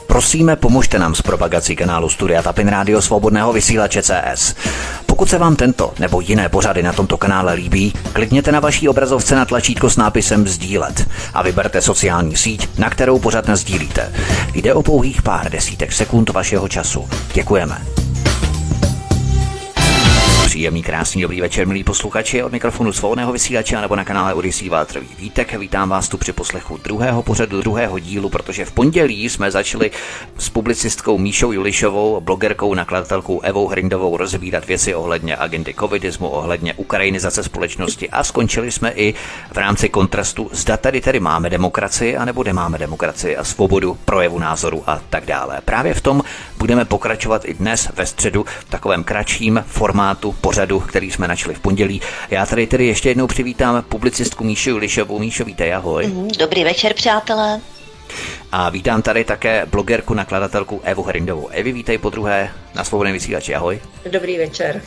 Prosíme, pomožte nám s propagací kanálu Studia Tapin Rádio Svobodného vysílače CS. Pokud se vám tento nebo jiné pořady na tomto kanále líbí, klikněte na vaší obrazovce na tlačítko s nápisem sdílet a vyberte sociální síť, na kterou pořad nasdílíte. Jde o pouhých pár desítek sekund vašeho času. Děkujeme. Příjemný, krásný, dobrý večer, milí posluchači, od mikrofonu Svobodného vysílače nebo na kanále Odyssey Váltr Vítek. Vítám vás tu při poslechu druhého pořadu, druhého dílu, protože v pondělí jsme začali s publicistkou Míšou Julišovou, blogerkou, nakladatelkou Evou Hrindovou rozebírat věci ohledně agendy covidismu, ohledně ukrajinizace společnosti a skončili jsme i v rámci kontrastu, zda tady máme demokracii, anebo nemáme demokracii a svobodu projevu názoru a tak dále. Právě v tom budeme pokračovat i dnes ve středu v takovém kratším formátu pořadu, který jsme načali v pondělí. Já tady tedy ještě jednou přivítám publicistku Míšu Julišovou. Míšo, vítej, ahoj. Dobrý večer, přátelé. A vítám tady také blogerku, nakladatelku Evu Hrindovou. Evi, vítej podruhé na Svobodném vysílači, ahoj. Dobrý večer.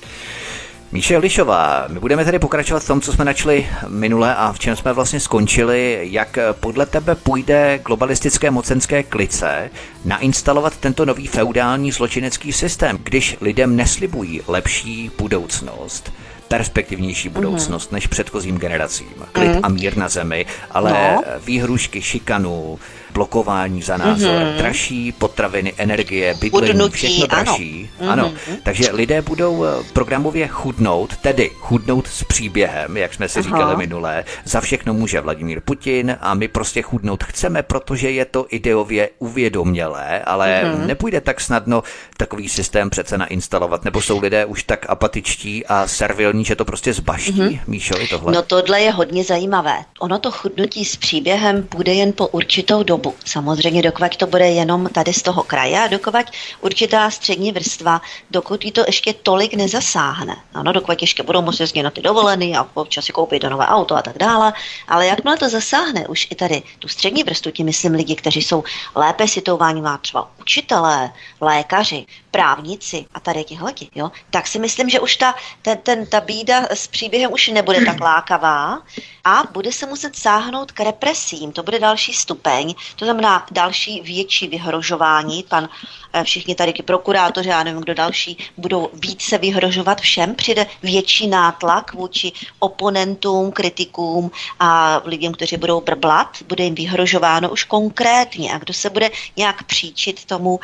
Míša Julišová, my budeme tedy pokračovat v tom, co jsme načali minule a v čem jsme vlastně skončili. Jak podle tebe půjde globalistické mocenské klice nainstalovat tento nový feudální zločinecký systém, když lidem neslibují lepší budoucnost, perspektivnější budoucnost než předchozím generacím. Klid a mír na zemi, ale výhrušky, šikanu, blokování za názor, dražší potraviny, energie, bydlení, všechno dražší. Ano. Takže lidé budou programově chudnout, tedy chudnout s příběhem, jak jsme si říkali minule. Za všechno může Vladimír Putin a my prostě chudnout chceme, protože je to ideově uvědomělé, ale nepůjde tak snadno takový systém přece nainstalovat, nebo jsou lidé už tak apatičtí a servilní, že to prostě zbaští. Míšo, je tohle? No tohle je hodně zajímavé. Ono to chudnutí s příběhem bude jen po určitou dobu. Samozřejmě dokud to bude jenom tady z toho kraje a dokud určitá střední vrstva, dokud jí to ještě tolik nezasáhne. Ano, dokud ještě budou moci jezdit na ty dovolený a občas si koupit do nové auto a tak dále, ale jakmile to zasáhne už i tady tu střední vrstvu, tím myslím lidi, kteří jsou lépe situováni, má třeba učitelé, lékaři, právníci a tady tihleti, jo, tak si myslím, že už ta bída s příběhem už nebude tak lákavá a bude se muset sáhnout k represím. To bude další stupeň, to znamená další větší vyhrožování. Všichni tady prokurátoři, já nevím, kdo další, budou více vyhrožovat všem, přijde větší nátlak vůči oponentům, kritikům a lidem, kteří budou brblat, bude jim vyhrožováno už konkrétně a kdo se bude nějak příčit tomu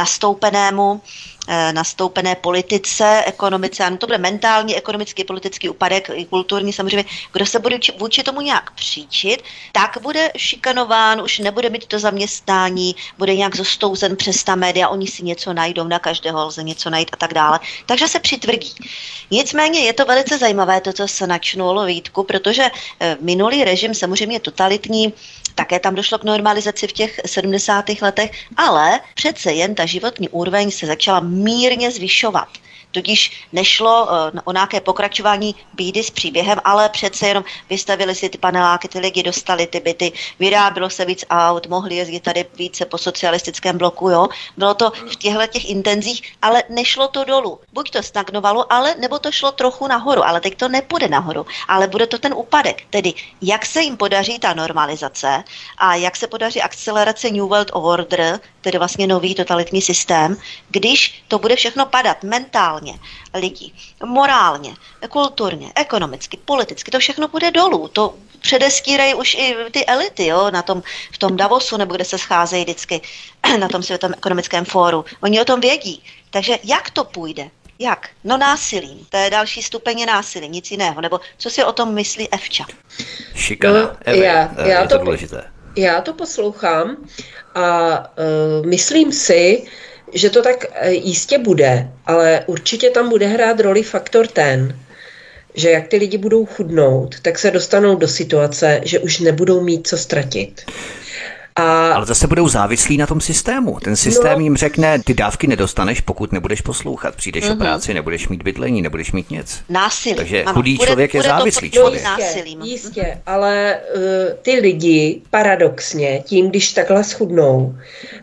nastoupené politice, ekonomice, ano, to bude mentální, ekonomický, politický úpadek, i kulturní samozřejmě, kdo se bude vůči tomu nějak příčit, tak bude šikanován, už nebude mít to zaměstnání, bude nějak zostouzen přes ta média, oni si něco najdou, na každého lze něco najít a tak dále, takže se přitvrdí. Nicméně je to velice zajímavé, to, co se načnulo, Vítku, protože minulý režim samozřejmě totalitní, také tam došlo k normalizaci v těch 70. letech, ale přece jen ta životní úroveň se začala mírně zvyšovat. Tudíž nešlo o nějaké pokračování bídy s příběhem, ale přece jenom vystavili si ty paneláky, ty lidi dostali ty byty, vyrábilo se víc aut, mohli jezdit tady více po socialistickém bloku, jo. Bylo to v těch intenzích, ale nešlo to dolů. Buď to stagnovalo, ale nebo to šlo trochu nahoru, ale teď to nepůjde nahoru, ale bude to ten úpadek. Tedy jak se jim podaří ta normalizace a jak se podaří akcelerace New World Order, tedy vlastně nový totalitní systém, když to bude všechno padat mentálně, lidi, morálně, kulturně, ekonomicky, politicky, to všechno bude dolů. To předestírají už i ty elity, jo, v tom Davosu, nebo kde se scházejí vždycky na tom Světovém ekonomickém fóru. Oni o tom vědí. Takže jak to půjde? Jak? No násilím. To je další stupeň násilí, nic jiného. Nebo co si o tom myslí Evča? Šikana. No, je to důležité. Já to poslouchám a myslím si, že to tak jistě bude, ale určitě tam bude hrát roli faktor ten, že jak ty lidi budou chudnout, tak se dostanou do situace, že už nebudou mít co ztratit. Ale zase budou závislí na tom systému. Ten systém jim řekne, ty dávky nedostaneš, pokud nebudeš poslouchat. Přijdeš o práci, nebudeš mít bydlení, nebudeš mít nic. Násilí. Takže chudý člověk je závislý člověk. Jistě, ale ty lidi paradoxně, tím, když takhle schudnou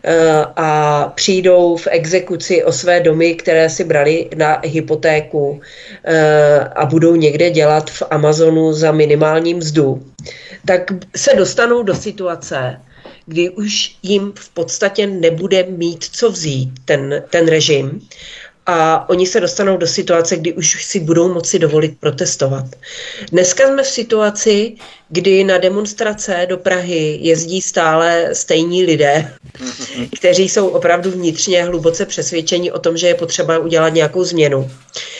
a přijdou v exekuci o své domy, které si brali na hypotéku a budou někde dělat v Amazonu za minimální mzdu, tak se dostanou do situace, kdy už jim v podstatě nebude mít co vzít ten režim. A oni se dostanou do situace, kdy už si budou moci dovolit protestovat. Dneska jsme v situaci, kdy na demonstrace do Prahy jezdí stále stejní lidé, kteří jsou opravdu vnitřně hluboce přesvědčeni o tom, že je potřeba udělat nějakou změnu.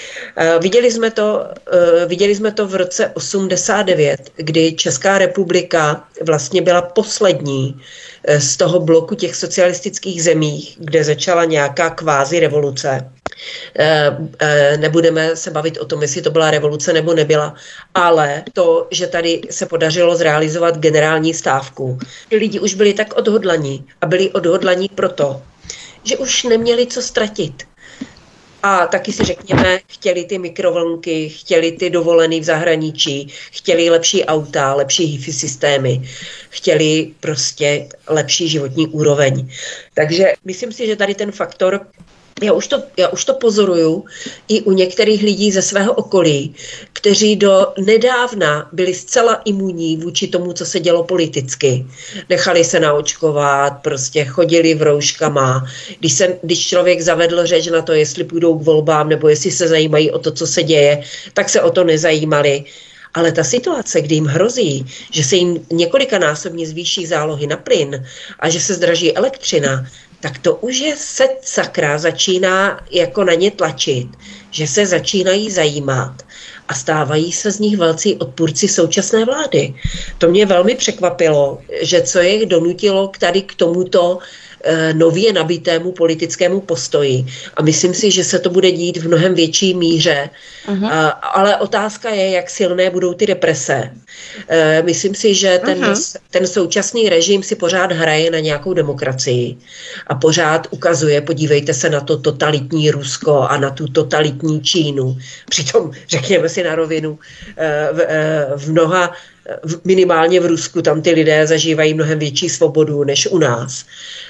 Viděli jsme to v roce 89, kdy Česká republika vlastně byla poslední z toho bloku těch socialistických zemí, kde začala nějaká kvázi revoluce. Nebudeme se bavit o tom, jestli to byla revoluce nebo nebyla, ale to, že tady se podařilo zrealizovat generální stávku. Lidi už byli tak odhodlaní a byli odhodlaní proto, že už neměli co ztratit. A taky si řekněme, chtěli ty mikrovlnky, chtěli ty dovolený v zahraničí, chtěli lepší auta, lepší hi-fi systémy, chtěli prostě lepší životní úroveň. Takže myslím si, že tady ten faktor, já už to pozoruju i u některých lidí ze svého okolí, kteří do nedávna byli zcela imunní vůči tomu, co se dělo politicky. Nechali se naočkovat, prostě chodili v rouškama. Když člověk zavedl řeč na to, jestli půjdou k volbám nebo jestli se zajímají o to, co se děje, tak se o to nezajímali. Ale ta situace, kdy jim hrozí, že se jim několikanásobně zvýší zálohy na plyn a že se zdraží elektřina, tak to už je sakra začíná jako na ně tlačit, že se začínají zajímat a stávají se z nich velcí odpůrci současné vlády. To mě velmi překvapilo, že co je donutilo tady k tomuto nově nabitému politickému postoji. A myslím si, že se to bude dít v mnohem větší míře. Ale otázka je, jak silné budou ty represe. Myslím si, že ten současný režim si pořád hraje na nějakou demokracii a pořád ukazuje, podívejte se na to totalitní Rusko a na tu totalitní Čínu. Přitom, řekněme si na rovinu, minimálně v Rusku tam ty lidé zažívají mnohem větší svobodu než u nás.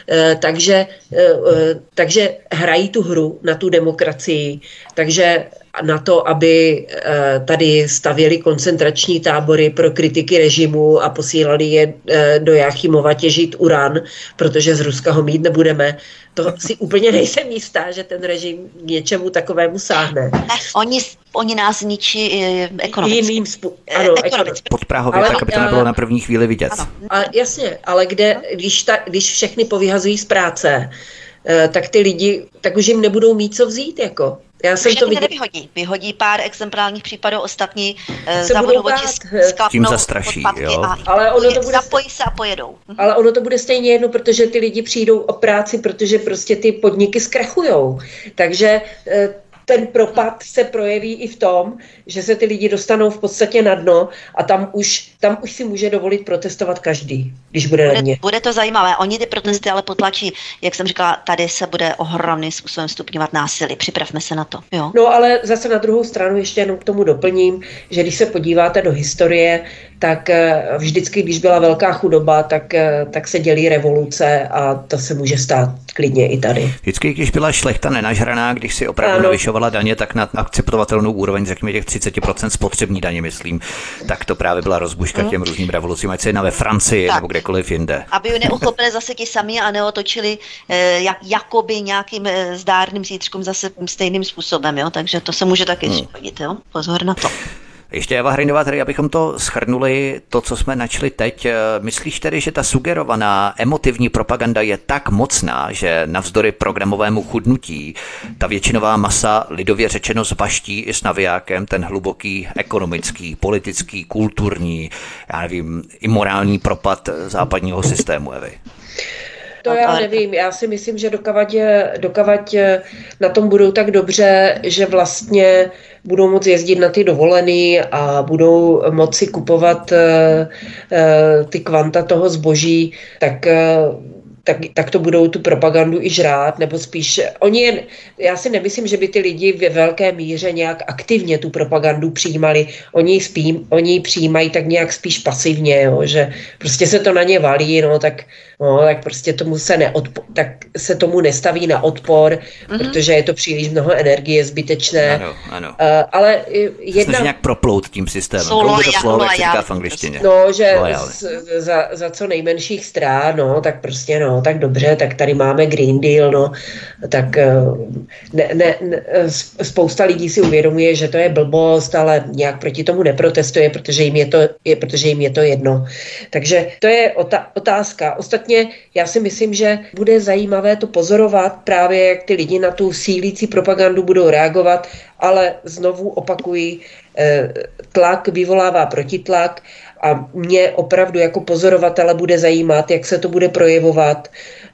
Takže hrají tu hru na tu demokracii, takže na to, aby tady stavěli koncentrační tábory pro kritiky režimu a posílali je do Jáchymova těžit uran, protože z Ruska ho mít nebudeme. To si úplně nejsem jistá, že ten režim k něčemu takovému sáhne. Oni nás ničí ekonomicky. Ekonomicky. Pod Prahově, tak aby to nebylo na první chvíli vidět. A jasně, ale když všechny povyhazují z práce, tak ty lidi, tak už jim nebudou mít co vzít, jako. Já jsem všechny to viděl. Vyhodí pár exemplárních případů, ostatní za vodovodi tím zastraší, jo. Ale ono to bude zapojí se a pojedou. Ale ono to bude stejně jedno, protože ty lidi přijdou o práci, protože prostě ty podniky zkrachujou. Takže ten propad se projeví i v tom, že se ty lidi dostanou v podstatě na dno a tam už si může dovolit protestovat každý, když bude levně. Bude to zajímavé. Oni ty protesty ale potlačí, jak jsem říkala, tady se bude ohromným způsobem stupňovat násilí. Připravme se na to. Jo? No ale zase na druhou stranu ještě jenom k tomu doplním, že když se podíváte do historie, tak vždycky, když byla velká chudoba, tak se dělí revoluce a to se může stát klidně i tady. Vždycky, když byla šlechta nenažraná, když si opravdu navyšovala daně, tak na akceptovatelnou úroveň, řekněme těch 30% spotřební daně, myslím, tak to právě byla rozbuška těm různým revolucím, ať se jedná ve Francii nebo kdekoliv jinde. Aby ji neuchopili zase ti sami a neotočili jakoby nějakým zdárným zítřkům zase stejným způsobem, jo? Takže to se může taky připadit, jo? Pozor na to. Ještě Eva Hrynová, tady abychom to shrnuli, to, co jsme načli teď, myslíš tedy, že ta sugerovaná emotivní propaganda je tak mocná, že navzdory programovému chudnutí ta většinová masa lidově řečeno zbaští i s navijákem ten hluboký ekonomický, politický, kulturní, já nevím, i morální propad západního systému, Evy? To já nevím, já si myslím, že dokavať na tom budou tak dobře, že vlastně budou moci jezdit na ty dovolený a budou moci kupovat ty kvanta toho zboží, tak to budou tu propagandu i žrát, nebo spíš já si nemyslím, že by ty lidi ve velké míře nějak aktivně tu propagandu přijímali. Oni ji přijímají tak nějak spíš pasivně, jo, že prostě se to na ně valí, tak prostě tak se tomu nestaví na odpor, protože je to příliš mnoho energie zbytečné. Ano. Ale snaží nějak proplout tím systémem. Go with the flow, jak se říká v angličtině. Že za co nejmenších strán, tak prostě, tak dobře, tak tady máme Green Deal, tak spousta lidí si uvědomuje, že to je blbost, ale nějak proti tomu neprotestuje, protože jim je to jedno. Takže to je otázka. Ostatně já si myslím, že bude zajímavé to pozorovat právě, jak ty lidi na tu sílící propagandu budou reagovat, ale znovu opakuji, tlak vyvolává protitlak a mě opravdu jako pozorovatele bude zajímat, jak se to bude projevovat.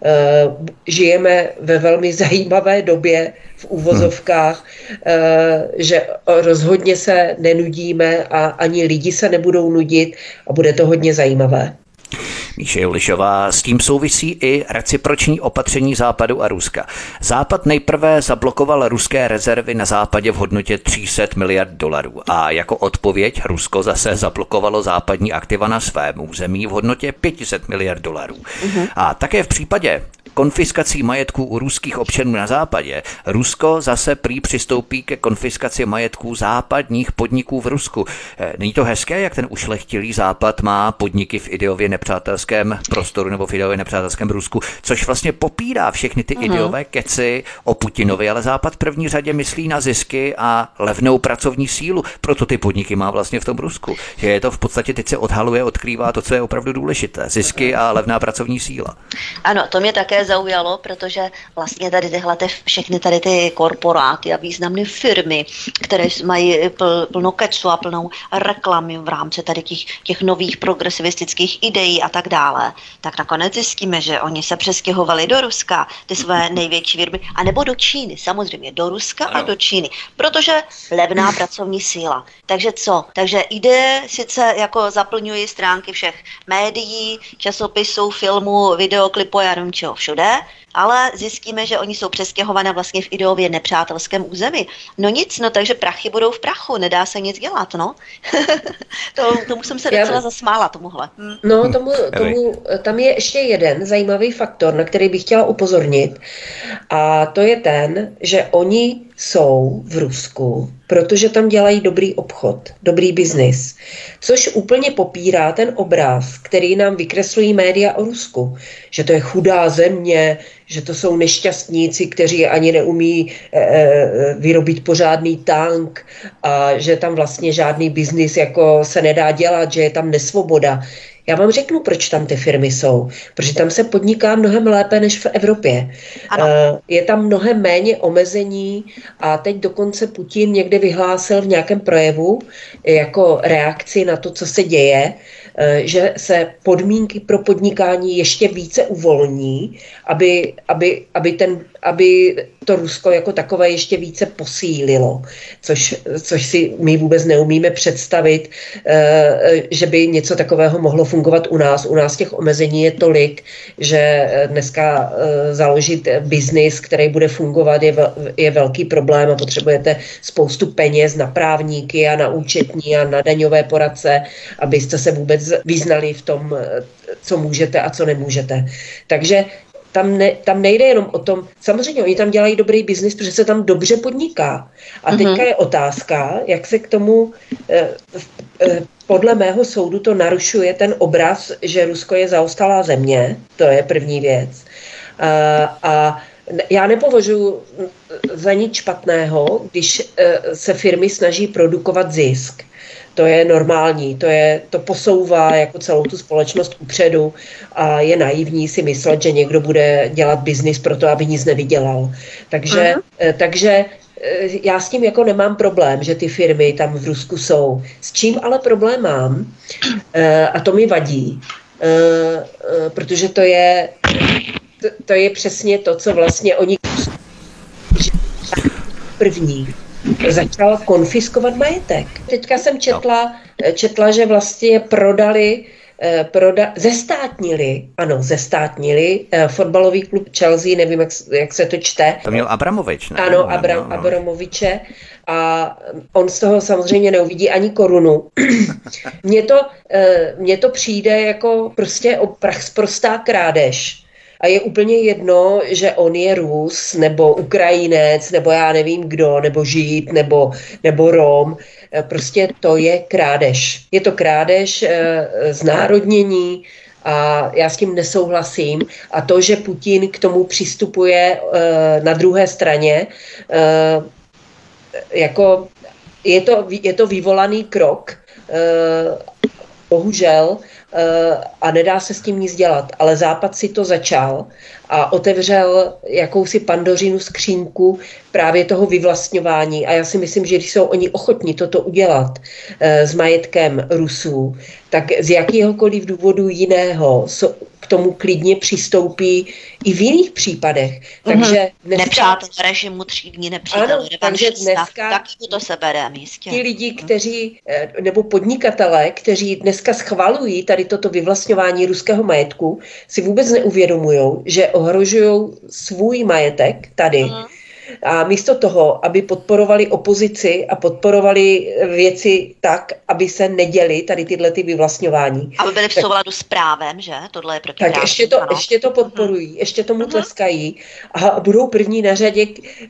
Žijeme ve velmi zajímavé době v uvozovkách, že rozhodně se nenudíme a ani lidi se nebudou nudit a bude to hodně zajímavé. Míše Julišová, s tím souvisí i reciproční opatření Západu a Ruska. Západ nejprve zablokoval ruské rezervy na západě v hodnotě $300 miliard a jako odpověď Rusko zase zablokovalo západní aktiva na svém území v hodnotě $500 miliard. A také v případě konfiskací majetků u ruských občanů na západě, Rusko zase prý přistoupí ke konfiskaci majetků západních podniků v Rusku. Není to hezké, jak ten ušlechtilý západ má podniky v ideově nepřátelském prostoru nebo v ideově nepřátelském Rusku, což vlastně popírá všechny ty ideové keci o Putinovi, ale západ v první řadě myslí na zisky a levnou pracovní sílu, proto ty podniky má vlastně v tom Rusku. Že je to v podstatě teď se odhaluje, odkrývá to, co je opravdu důležité. Zisky a levná pracovní síla. Ano, to mě také zaujalo, protože vlastně všechny tady ty korporáty a významné firmy, které mají plno kecu a plnou reklamy v rámci tady těch nových progresivistických ideí a tak dále, tak nakonec zjistíme, že oni se přestěhovali do Ruska, ty své největší firmy, anebo do Číny, samozřejmě do Ruska a do Číny, protože levná pracovní síla. Takže co? Takže ide sice jako zaplňují stránky všech médií, časopisů, filmů, videoklipů, já nevím čeho všude, ale zjistíme, že oni jsou přestěhované vlastně v ideově nepřátelském území. No nic, takže prachy budou v prachu, nedá se nic dělat, tomu jsem se docela zasmála, tomuhle. Tam je ještě jeden zajímavý faktor, na který bych chtěla upozornit, a to je ten, že oni jsou v Rusku, protože tam dělají dobrý obchod, dobrý biznis, což úplně popírá ten obraz, který nám vykreslují média o Rusku, že to je chudá země, že to jsou nešťastníci, kteří ani neumí vyrobit pořádný tank a že tam vlastně žádný biznis jako se nedá dělat, že je tam nesvoboda. Já vám řeknu, proč tam ty firmy jsou. Protože tam se podniká mnohem lépe než v Evropě. Je tam mnohem méně omezení a teď dokonce Putin někde vyhlásil v nějakém projevu jako reakci na to, co se děje, že se podmínky pro podnikání ještě více uvolní, aby to Rusko jako takové ještě více posílilo, což si my vůbec neumíme představit, že by něco takového mohlo fungovat u nás. U nás těch omezení je tolik, že dneska založit biznis, který bude fungovat, je velký problém a potřebujete spoustu peněz na právníky a na účetní a na daňové poradce, abyste se vůbec vyznali v tom, co můžete a co nemůžete. Takže tam nejde jenom o tom, samozřejmě oni tam dělají dobrý biznis, protože se tam dobře podniká. A teďka je otázka, jak se k tomu podle mého soudu to narušuje ten obraz, že Rusko je zaostalá země, to je první věc. A já nepovažuji za nic špatného, když se firmy snaží produkovat zisk. To je normální, to posouvá jako celou tu společnost upředu a je naivní si myslet, že někdo bude dělat biznis pro to, aby nic nevydělal. Takže já s tím jako nemám problém, že ty firmy tam v Rusku jsou. S čím ale problém mám, a to mi vadí, protože to je přesně to, co vlastně oni první začal konfiskovat majetek. Teďka jsem četla, že vlastně prodali zestátnili fotbalový klub Chelsea, nevím, jak se to čte. To měl Abramovič, ne? Ano, Abramoviče. A on z toho samozřejmě neuvidí ani korunu. Mně to přijde jako prostě sprostá krádež. A je úplně jedno, že on je Rus, nebo Ukrajinec, nebo já nevím kdo, nebo Žid, nebo Rom. Prostě to je krádež. Je to krádež znárodnění a já s tím nesouhlasím. A to, že Putin k tomu přistupuje na druhé straně, jako je to vyvolaný krok, bohužel, a nedá se s tím nic dělat. Ale Západ si to začal a otevřel jakousi Pandořinu skřínku právě toho vyvlastňování. A já si myslím, že když jsou oni ochotní toto udělat s majetkem Rusů, tak z jakéhokoliv důvodu jiného k tomu klidně přistoupí i v jiných případech. Takže nepřátel režimu, třídní nepřítel, takže dneska tak to se bere místě. Ti lidi, kteří, nebo podnikatelé, kteří dneska schvalují tady toto vyvlastňování ruského majetku, si vůbec neuvědomujou, že ohrožují svůj majetek tady. A místo toho, aby podporovali opozici a podporovali věci tak, aby se neděly tady tyhle ty vyvlastňování. Aby byly v souladu s právem, že? Tohle je protiprávní. Tak ještě to podporují, ještě tomu tleskají a budou první na řadě,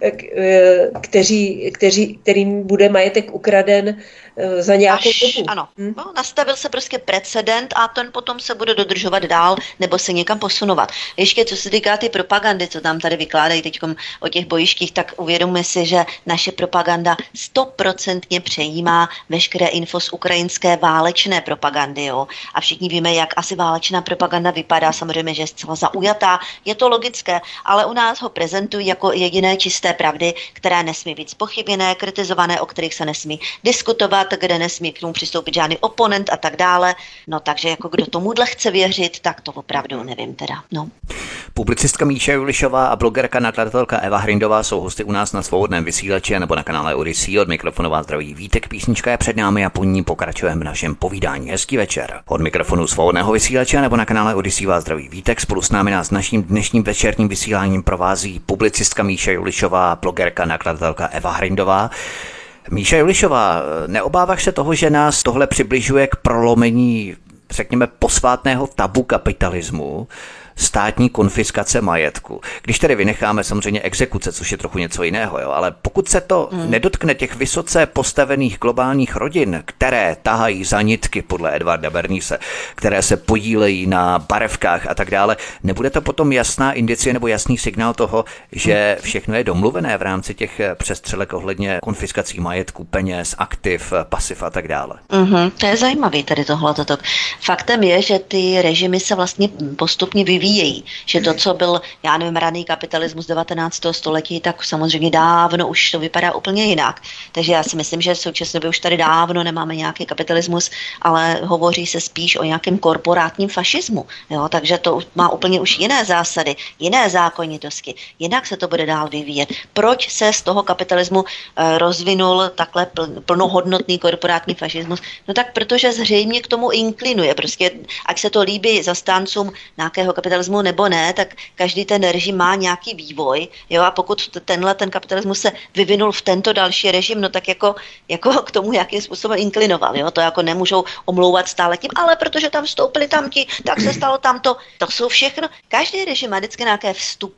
kterým bude majetek ukraden za nějakou dobu. Ano, nastavil se prostě precedent a ten potom se bude dodržovat dál nebo se někam posunovat. Ještě co se týká ty propagandy, co tam tady vykládají teď o těch bojištích, tak uvědomme si, že naše propaganda 100% přejímá veškeré info z ukrajinské válečné propagandy. Jo? A všichni víme, jak asi válečná propaganda vypadá, samozřejmě, že je zcela zaujatá, je to logické, ale u nás ho prezentují jako jediné čisté pravdy, které nesmí být zpochybněné, kritizované, o kterých se nesmí diskutovat, kde nesmí k tomu přistoupit žádný oponent a tak dále. No takže jako kdo tomuhle chce věřit, tak to opravdu nevím teda. No. Publicistka Míša Julišová a blogerka nakladatelka Eva Hrindová jsou hosty u nás na Svobodném vysílači nebo na kanále Odyssey. Od mikrofonu vás zdraví Vítek, písnička je před námi a po ní pokračujeme v našem povídání. Hezký večer. Od mikrofonu Svobodného vysílače nebo na kanále Odyssey vás zdraví Vítek. Spolu s námi nás naším dnešním večerním vysíláním provází publicistka Míša Julišová, blogerka nakladatelka Eva Hrindová. Míša Julišová, neobáváš se toho, že nás tohle přibližuje k prolomení, řekněme, posvátného tabu kapitalismu, státní konfiskace majetku? Když tedy vynecháme samozřejmě exekuce, což je trochu něco jiného, jo? Ale pokud se to nedotkne těch vysoce postavených globálních rodin, které tahají za nitky podle Edvarda Bernaise, které se podílejí na barevkách a tak dále, nebude to potom jasná indicie nebo jasný signál toho, že všechno je domluvené v rámci těch přestřelek ohledně konfiskací majetku, peněz, aktiv, pasiv a tak dále? To je zajímavý tady tohleto. Faktem je, že ty režimy se vlastně postupně vyvíjejí, že to, co byl, já nevím, raný kapitalismus 19. století, tak samozřejmě dávno už to vypadá úplně jinak. Takže já si myslím, že v současné době už tady dávno nemáme nějaký kapitalismus, ale hovoří se spíš o nějakém korporátním fašismu. Jo? Takže to má úplně už jiné zásady, jiné zákonitosti. Jinak se to bude dál vyvíjet. Proč se z toho kapitalismu rozvinul takhle plnohodnotný korporátní fašismus? No tak protože zřejmě k tomu inklinuje. Prostě, ať se to líbí zastáncům nějakého kapitalismu nebo ne, tak každý ten režim má nějaký vývoj, jo, a pokud ten kapitalismus se vyvinul v tento další režim, no tak jako k tomu jakým způsobem inklinoval, jo, to jako nemůžou omlouvat stále tím, ale protože tam vstoupili tamti, tak se stalo tamto, to jsou všechno, každý režim má vždycky nějaké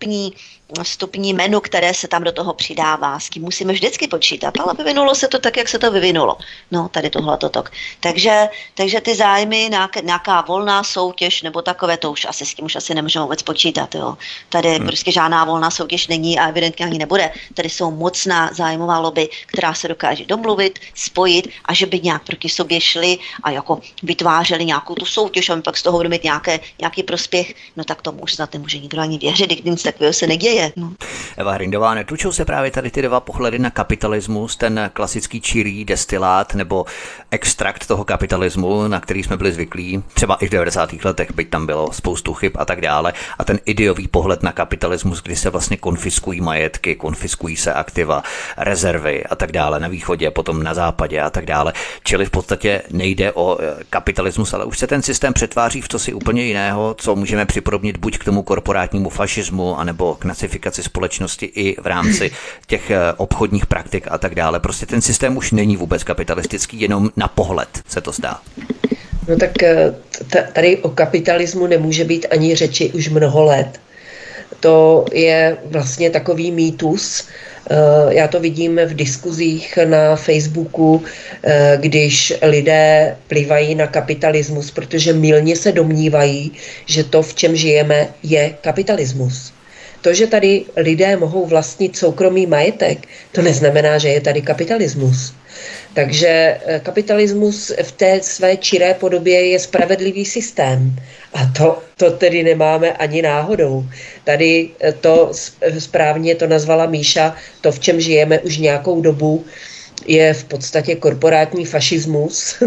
vstupní menu, které se tam do toho přidává, s tím musíme vždycky počítat, ale vyvinulo se to tak, jak se to vyvinulo. No, tady tohleto tok. Takže ty zájmy, nějaká volná soutěž nebo takové, to už asi s tím už asi nemůžeme vůbec počítat. Jo. Tady prostě žádná volná soutěž není a evidentně ani nebude. Tady jsou mocná zájmová lobby, která se dokáže domluvit, spojit a že by nějak proti sobě šli a jako vytvářeli nějakou tu soutěž a pak z toho budou mít nějaký prospěch, no tak tomu už snad nemůže nikdo ani věřit, když nic takového se neděje. No. Eva Hrindová, netlučou se právě tady ty dva pohledy na kapitalismus, ten klasický čirý destilát nebo extrakt toho kapitalismu, na který jsme byli zvyklí, třeba i v 90. letech, byť tam bylo spoustu chyb a tak dále. A ten ideový pohled na kapitalismus, kdy se vlastně konfiskují majetky, konfiskují se aktiva, rezervy a tak dále na východě, potom na západě a tak dále. Čili v podstatě nejde o kapitalismus, ale už se ten systém přetváří v cosi úplně jiného, co můžeme připodobnit buď k tomu korporátnímu fašismu, anebo k nacifikaci společnosti i v rámci těch obchodních praktik a tak dále. Prostě ten systém už není vůbec kapitalistický, jenom na pohled se to zdá. No tak tady o kapitalismu nemůže být ani řeči už mnoho let. To je vlastně takový mýtus. Já to vidím v diskuzích na Facebooku, když lidé plivají na kapitalismus, protože mylně se domnívají, že to, v čem žijeme, je kapitalismus. To, že tady lidé mohou vlastnit soukromý majetek, to neznamená, že je tady kapitalismus. Takže kapitalismus v té své čiré podobě je spravedlivý systém. A to tedy nemáme ani náhodou. Tady to správně to nazvala Míša, to, v čem žijeme už nějakou dobu, je v podstatě korporátní fašismus.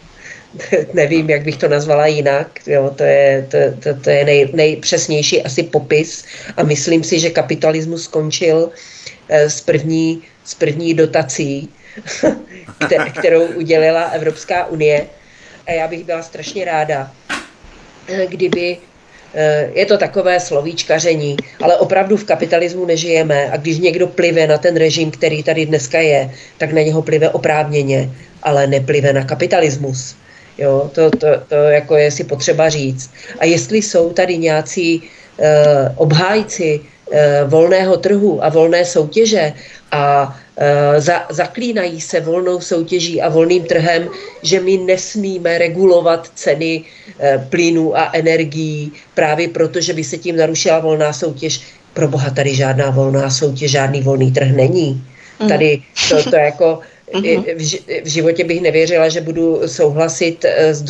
Nevím, jak bych to nazvala jinak. Jo, to je nejpřesnější asi popis. A myslím si, že kapitalismus skončil s první dotací, kterou udělila Evropská unie. A já bych byla strašně ráda, kdyby, je to takové slovíčkaření, ale opravdu v kapitalismu nežijeme a když někdo plive na ten režim, který tady dneska je, tak na něho plive oprávněně, ale neplive na kapitalismus. Jo, to jako je si potřeba říct. A jestli jsou tady nějací obhájci volného trhu a volné soutěže a zaklínají se volnou soutěží a volným trhem, že my nesmíme regulovat ceny plynů a energií právě proto, že by se tím narušila volná soutěž. Pro boha, tady žádná volná soutěž, žádný volný trh není. Tady to jako v životě bych nevěřila, že budu souhlasit s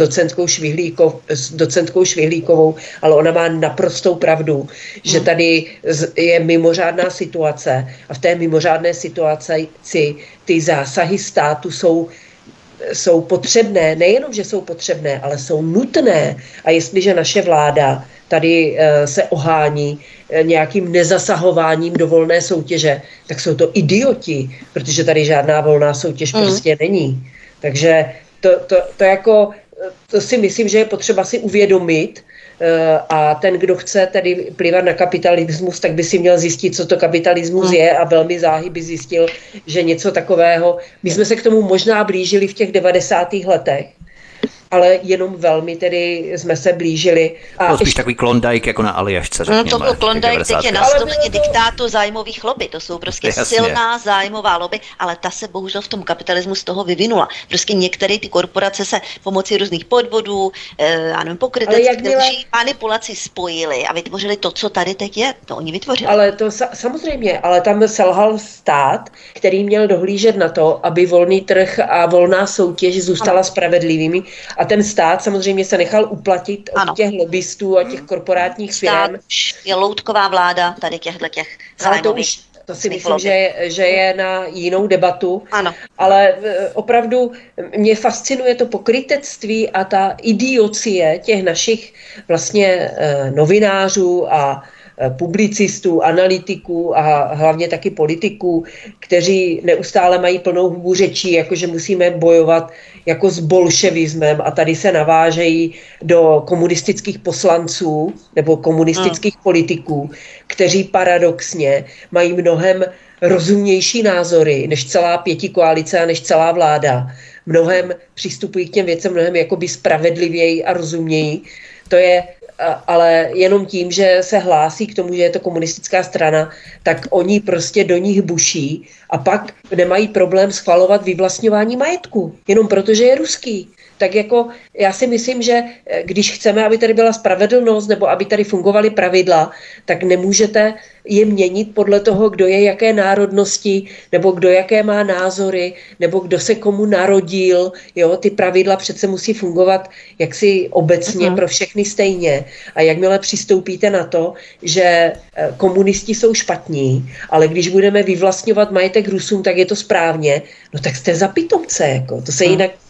docentkou Švihlíkovou, ale ona má naprostou pravdu, že tady je mimořádná situace a v té mimořádné situaci ty zásahy státu jsou potřebné, nejenom, že jsou potřebné, ale jsou nutné. A jestliže naše vláda tady se ohání nějakým nezasahováním do volné soutěže, tak jsou to idioti, protože tady žádná volná soutěž prostě není. Takže to si myslím, že je potřeba si uvědomit a ten, kdo chce tady plivat na kapitalismus, tak by si měl zjistit, co to kapitalismus je a velmi záhy by zjistil, že něco takového, my jsme se k tomu možná blížili v těch 90. letech, ale jenom velmi tedy jsme se blížili. A spíš takový Klondike jako na Aljašce, řekněme. To byl Klondike, teď je na stopě diktátu zájmových lobby. To jsou prostě silná zájmová lobby, ale ta se bohužel v tom kapitalismu z toho vyvinula. Prostě některé ty korporace se pomocí různých podvodů, pokrytectví, manipulací spojily a vytvořili to, co tady teď je. To oni vytvořili. Ale to samozřejmě, ale tam selhal stát, který měl dohlížet na to, aby volný trh a volná soutěž zůstala spravedlivými. A ten stát samozřejmě se nechal uplatit od těch lobbystů a těch korporátních firm. Je loutková vláda tady těch zájmových. To si myslím, že je na jinou debatu. Ano. Ale opravdu mě fascinuje to pokrytectví a ta idiocie těch našich vlastně novinářů a publicistů, analytiků a hlavně taky politiků, kteří neustále mají plnou hubu řečí, jakože musíme bojovat jako s bolševismem a tady se navážejí do komunistických poslanců nebo komunistických politiků, kteří paradoxně mají mnohem rozumnější názory než celá pětikoalice a než celá vláda. Mnohem přistupují k těm věcem mnohem jakoby spravedlivěji a rozumněji. To je ale jenom tím, že se hlásí k tomu, že je to komunistická strana, tak oni prostě do nich buší a pak nemají problém schvalovat vyvlastňování majetku, jenom protože je ruský. Tak jako já si myslím, že když chceme, aby tady byla spravedlnost nebo aby tady fungovaly pravidla, tak nemůžete je měnit podle toho, kdo je jaké národnosti, nebo kdo jaké má názory, nebo kdo se komu narodil. Jo, ty pravidla přece musí fungovat jaksi obecně pro všechny stejně. A jakmile přistoupíte na to, že komunisti jsou špatní, ale když budeme vyvlastňovat majetek Rusům, tak je to správně, no tak jste za pitomce. Jako. To se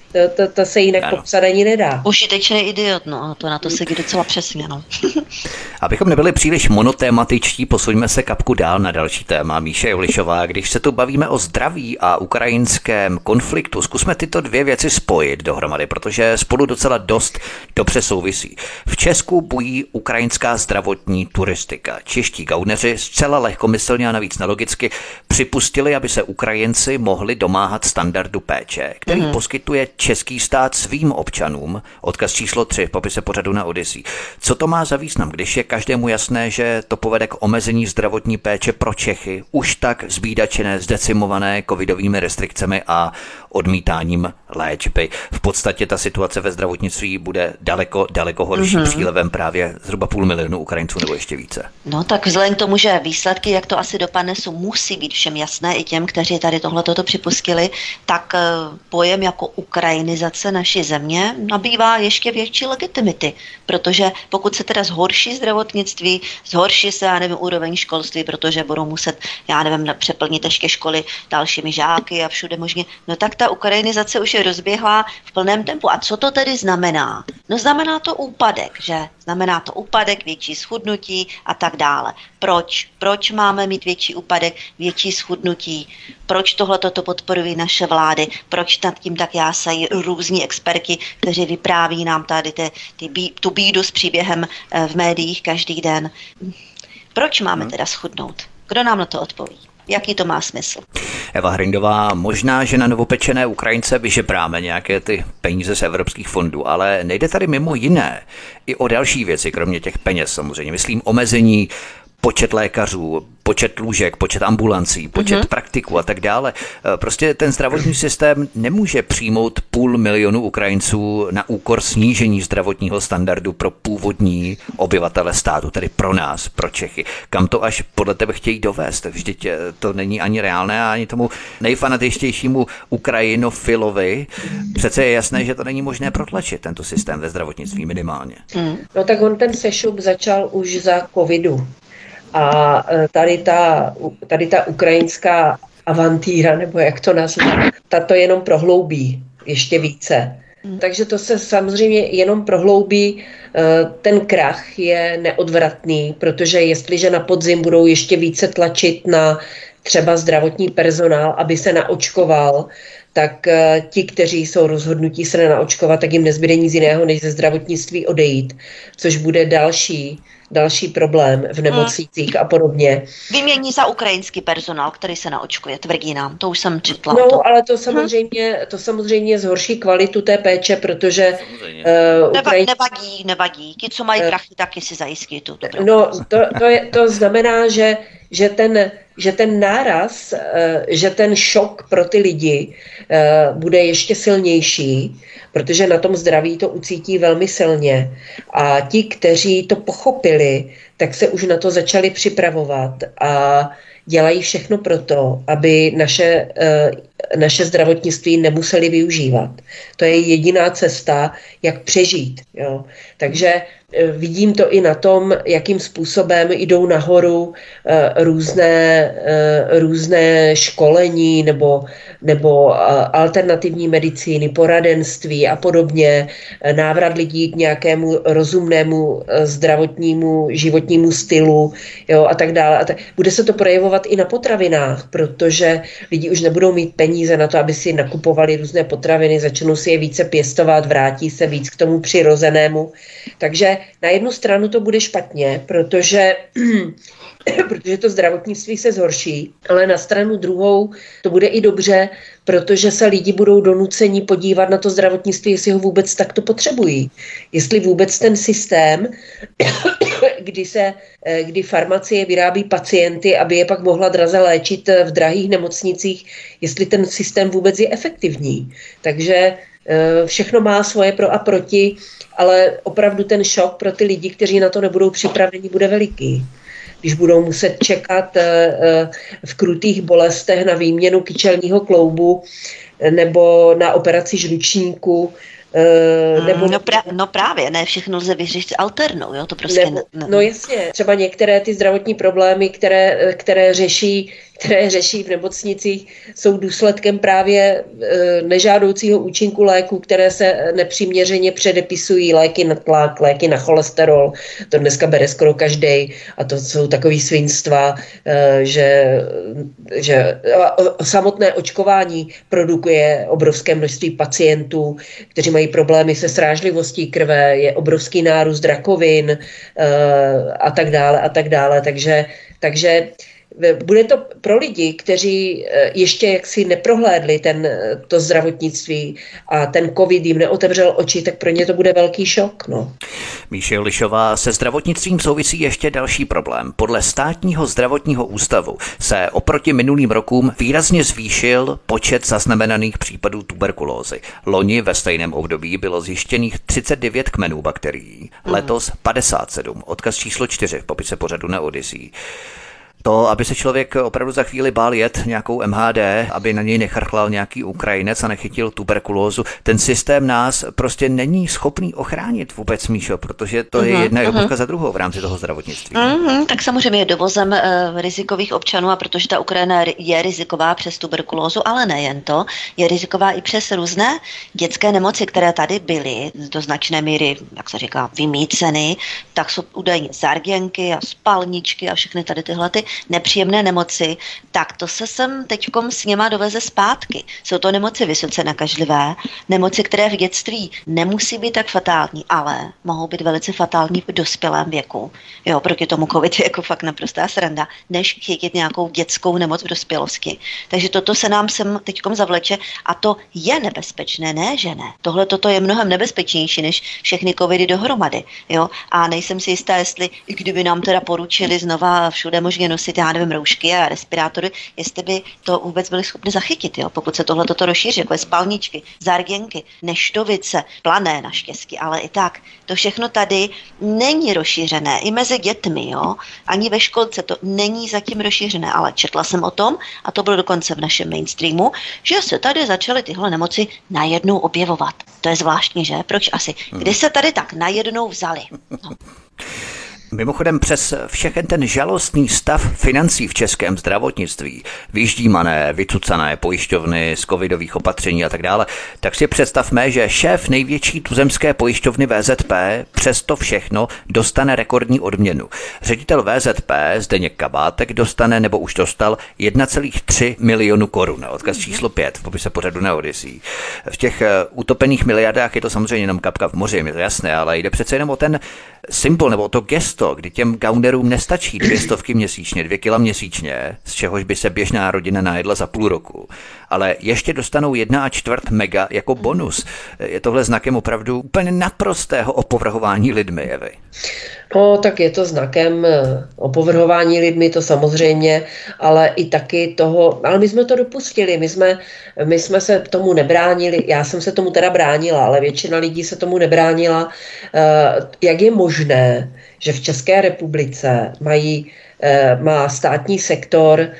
To se jinak popsat ani nedá. Užitečný idiot, no, to na to sedí docela přesně, no. Abychom nebyli příliš monotématičtí, posuňme se kapku dál na další téma. Míše Julišová, když se tu bavíme o zdraví a ukrajinském konfliktu, zkusme tyto dvě věci spojit dohromady, protože spolu docela dost dobře souvisí. V Česku bují ukrajinská zdravotní turistika. Čeští gauneři zcela lehkomyslně a navíc nelogicky připustili, aby se Ukrajinci mohli domáhat standardu péče, který poskytuje český stát svým občanům. Odkaz číslo 3 v popise pořadu na Odyssey. Co to má za význam, když je každému jasné, že to povede k omezení zdravotní péče pro Čechy, už tak zbídačené, zdecimované covidovými restrikcemi a odmítáním léčby. V podstatě ta situace ve zdravotnictví bude daleko horší přílevem právě zhruba 500 000 Ukrajinců nebo ještě více. No tak vzhledem k tomu, že výsledky, jak to asi dopadne, musí být všem jasné i těm, kteří tady tohleto připustili, tak pojem jako ukrajinizace naší země nabývá ještě větší legitimity, protože pokud se teda zhorší zdravotnictví, zhorší se, úroveň školství, protože budou muset, přeplnit ještě školy dalšími žáky a všude možně, no tak ta ukrajinizace už je rozběhlá v plném tempu. A co to tedy znamená? No znamená to úpadek, že? Znamená to úpadek, větší schudnutí a tak dále. Proč? Proč máme mít větší úpadek, větší schudnutí? Proč tohleto podporují naše vlády? Proč nad tím tak jásají různí experti, kteří vypráví nám tady tu bídu s příběhem v médiích každý den? Proč máme teda schudnout? Kdo nám na to odpoví? Jaký to má smysl? Eva Hrindová, možná, že na novopečené Ukrajince vyžebráme nějaké ty peníze z evropských fondů, ale nejde tady mimo jiné i o další věci, kromě těch peněz samozřejmě. Myslím omezení počet lékařů, počet lůžek, počet ambulancí, počet praktiků a tak dále. Prostě ten zdravotní systém nemůže přijmout 500 000 Ukrajinců na úkor snížení zdravotního standardu pro původní obyvatele státu, tedy pro nás, pro Čechy. Kam to až podle tebe chtějí dovést? Vždyť to není ani reálné a ani tomu nejfanatičtějšímu Ukrajinofilovi. Přece je jasné, že to není možné protlačit, tento systém ve zdravotnictví minimálně. No tak on ten sešup začal už za covidu. A tady ta ukrajinská avantýra, nebo jak to nazvat, ta to jenom prohloubí ještě více. Takže to se samozřejmě jenom prohloubí. Ten krach je neodvratný, protože jestliže na podzim budou ještě více tlačit na třeba zdravotní personál, aby se naočkoval, tak ti, kteří jsou rozhodnutí se nenaočkovat, tak jim nezbyde nic jiného, než ze zdravotnictví odejít, což bude další problém v nemocnicích a podobně. Vymění za ukrajinský personál, který se naočkuje, tvrdí nám, to už jsem četla. No, ale to samozřejmě zhorší kvalitu té péče, protože nevadí. Ti, co mají prachy, taky si zajistí tu dobrou. No, to znamená, že ten náraz, že ten šok pro ty lidi bude ještě silnější, protože na tom zdraví to ucítí velmi silně. A ti, kteří to pochopili, tak se už na to začali připravovat a dělají všechno proto, aby naše zdravotnictví nemuseli využívat. To je jediná cesta, jak přežít. Jo. Takže vidím to i na tom, jakým způsobem jdou nahoru různé školení nebo alternativní medicíny, poradenství a podobně, návrat lidí k nějakému rozumnému zdravotnímu životnímu stylu, jo, a tak dále. Bude se to projevovat i na potravinách, protože lidi už nebudou mít peníze na to, aby si nakupovali různé potraviny, začnou si je více pěstovat, vrátí se víc k tomu přirozenému. Takže na jednu stranu to bude špatně, protože to zdravotnictví se zhorší, ale na stranu druhou to bude i dobře, protože se lidi budou donuceni podívat na to zdravotnictví, jestli ho vůbec takto potřebují. Jestli vůbec ten systém, kdy farmacie vyrábí pacienty, aby je pak mohla draze léčit v drahých nemocnicích, jestli ten systém vůbec je efektivní. Takže všechno má svoje pro a proti, ale opravdu ten šok pro ty lidi, kteří na to nebudou připraveni, bude veliký. Když budou muset čekat v krutých bolestech na výměnu kyčelního kloubu nebo na operaci žlučníku No právě, ne všechno lze vyřešit alternou, jo, to prostě No jasně, třeba některé ty zdravotní problémy, které řeší v nemocnicích, jsou důsledkem právě nežádoucího účinku léků, které se nepřiměřeně předepisují, léky na tlak, léky na cholesterol, to dneska bere skoro každej a to jsou takový svinstva, že samotné očkování produkuje obrovské množství pacientů, kteří mají problémy se srážlivostí krve, je obrovský nárůst rakovin a tak dále, takže bude to pro lidi, kteří ještě jaksi neprohlédli to zdravotnictví a ten covid jim neotevřel oči, tak pro ně to bude velký šok. No. Míše Lišová, se zdravotnictvím souvisí ještě další problém. Podle Státního zdravotního ústavu se oproti minulým rokům výrazně zvýšil počet zaznamenaných případů tuberkulózy. Loni ve stejném období bylo zjištěných 39 kmenů bakterií, letos 57. Odkaz číslo 4 v popise pořadu na Odyssey. To, aby se člověk opravdu za chvíli bál jet nějakou MHD, aby na něj nechrchlal nějaký Ukrajinec a nechytil tuberkulózu, ten systém nás prostě není schopný ochránit vůbec, Míšo, protože to je jedna jobka za druhou v rámci toho zdravotnictví. Tak samozřejmě je dovozem rizikových občanů, a protože ta Ukrajina je riziková přes tuberkulózu, ale nejen to, je riziková i přes různé dětské nemoci, které tady byly do značné míry, jak se říká, vymýceny, tak jsou údajně zarděnky a spalničky a všechny tady tyhle ty nepříjemné nemoci, tak to se sem teďkom s něma doveze zpátky. Jsou to nemoci vysoce nakažlivé, nemoci, které v dětství nemusí být tak fatální, ale mohou být velice fatální v dospělém věku. Jo, proti tomu covid je jako fakt naprostá sranda, než chytit nějakou dětskou nemoc v dospělosti. Takže toto se nám sem teďkom zavleče a to je nebezpečné, ne, že ne. Tohle toto je mnohem nebezpečnější než všechny covidy dohromady. Jo? A nejsem si jistá, jestli i kdyby nám teda poručili znova všude možně nosit, já nevím, roušky a respirátory, jestli by to vůbec byli schopni zachytit, jo? Pokud se tohle toto rozšíří, jako je spalničky, zarděnky, neštovice, plané naštěstí, ale i tak. To všechno tady není rozšířené, i mezi dětmi, jo? Ani ve školce to není zatím rozšířené, ale četla jsem o tom, a to bylo dokonce v našem mainstreamu, že se tady začaly tyhle nemoci najednou objevovat. To je zvláštní, že? Proč asi? Kdy se tady tak najednou vzali? No. Mimochodem přes všechen ten žalostný stav financí v českém zdravotnictví, vyždímané, vycucané pojišťovny z covidových opatření a tak dále, tak si představme, že šéf největší tuzemské pojišťovny VZP přes to všechno dostane rekordní odměnu. Ředitel VZP Zdeněk Kabátek dostane nebo už dostal 1,3 milionu korun. Odkaz číslo 5 v popise pořadu na Odyssey. V těch utopených miliardách je to samozřejmě jenom kapka v moři, je to jasné, ale jde přece jenom o ten symbol nebo o to gesto, kdy těm gaunerům nestačí 200 měsíčně, 2 kila měsíčně, z čehož by se běžná rodina najedla za půl roku, ale ještě dostanou 1,25 mega jako bonus. Je tohle znakem opravdu úplně naprostého opovrhování lidmi, Evy? No, tak je to znakem opovrhování lidmi, to samozřejmě, ale i taky toho, ale my jsme to dopustili, my jsme se tomu nebránili, já jsem se tomu teda bránila, ale většina lidí se tomu nebránila. Jak je možné, že v České republice má státní sektor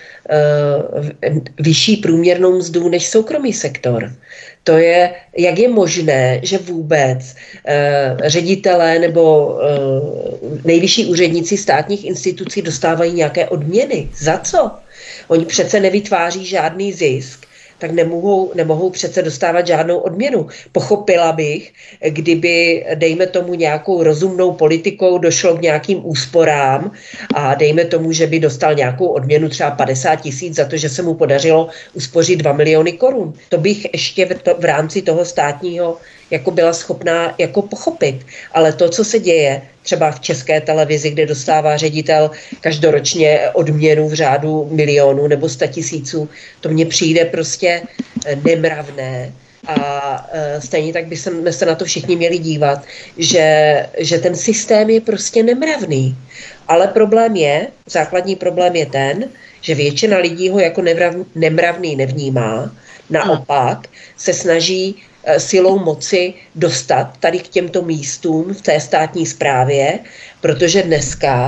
vyšší průměrnou mzdu než soukromý sektor? To je, jak je možné, že vůbec ředitelé nebo nejvyšší úředníci státních institucí dostávají nějaké odměny. Za co? Oni přece nevytváří žádný zisk, tak nemohou přece dostávat žádnou odměnu. Pochopila bych, kdyby, dejme tomu, nějakou rozumnou politikou došlo k nějakým úsporám a dejme tomu, že by dostal nějakou odměnu třeba 50 000 za to, že se mu podařilo uspořit 2 miliony korun. To bych ještě v rámci toho státního jako byla schopná jako pochopit. Ale to, co se děje třeba v České televizi, kde dostává ředitel každoročně odměnu v řádu milionů nebo 100 000, to mně přijde prostě nemravné. A stejně tak bychom se na to všichni měli dívat, že ten systém je prostě nemravný. Ale základní problém je ten, že většina lidí ho jako nemravný nevnímá. Naopak se snaží silou moci dostat tady k těmto místům v té státní správě, protože dneska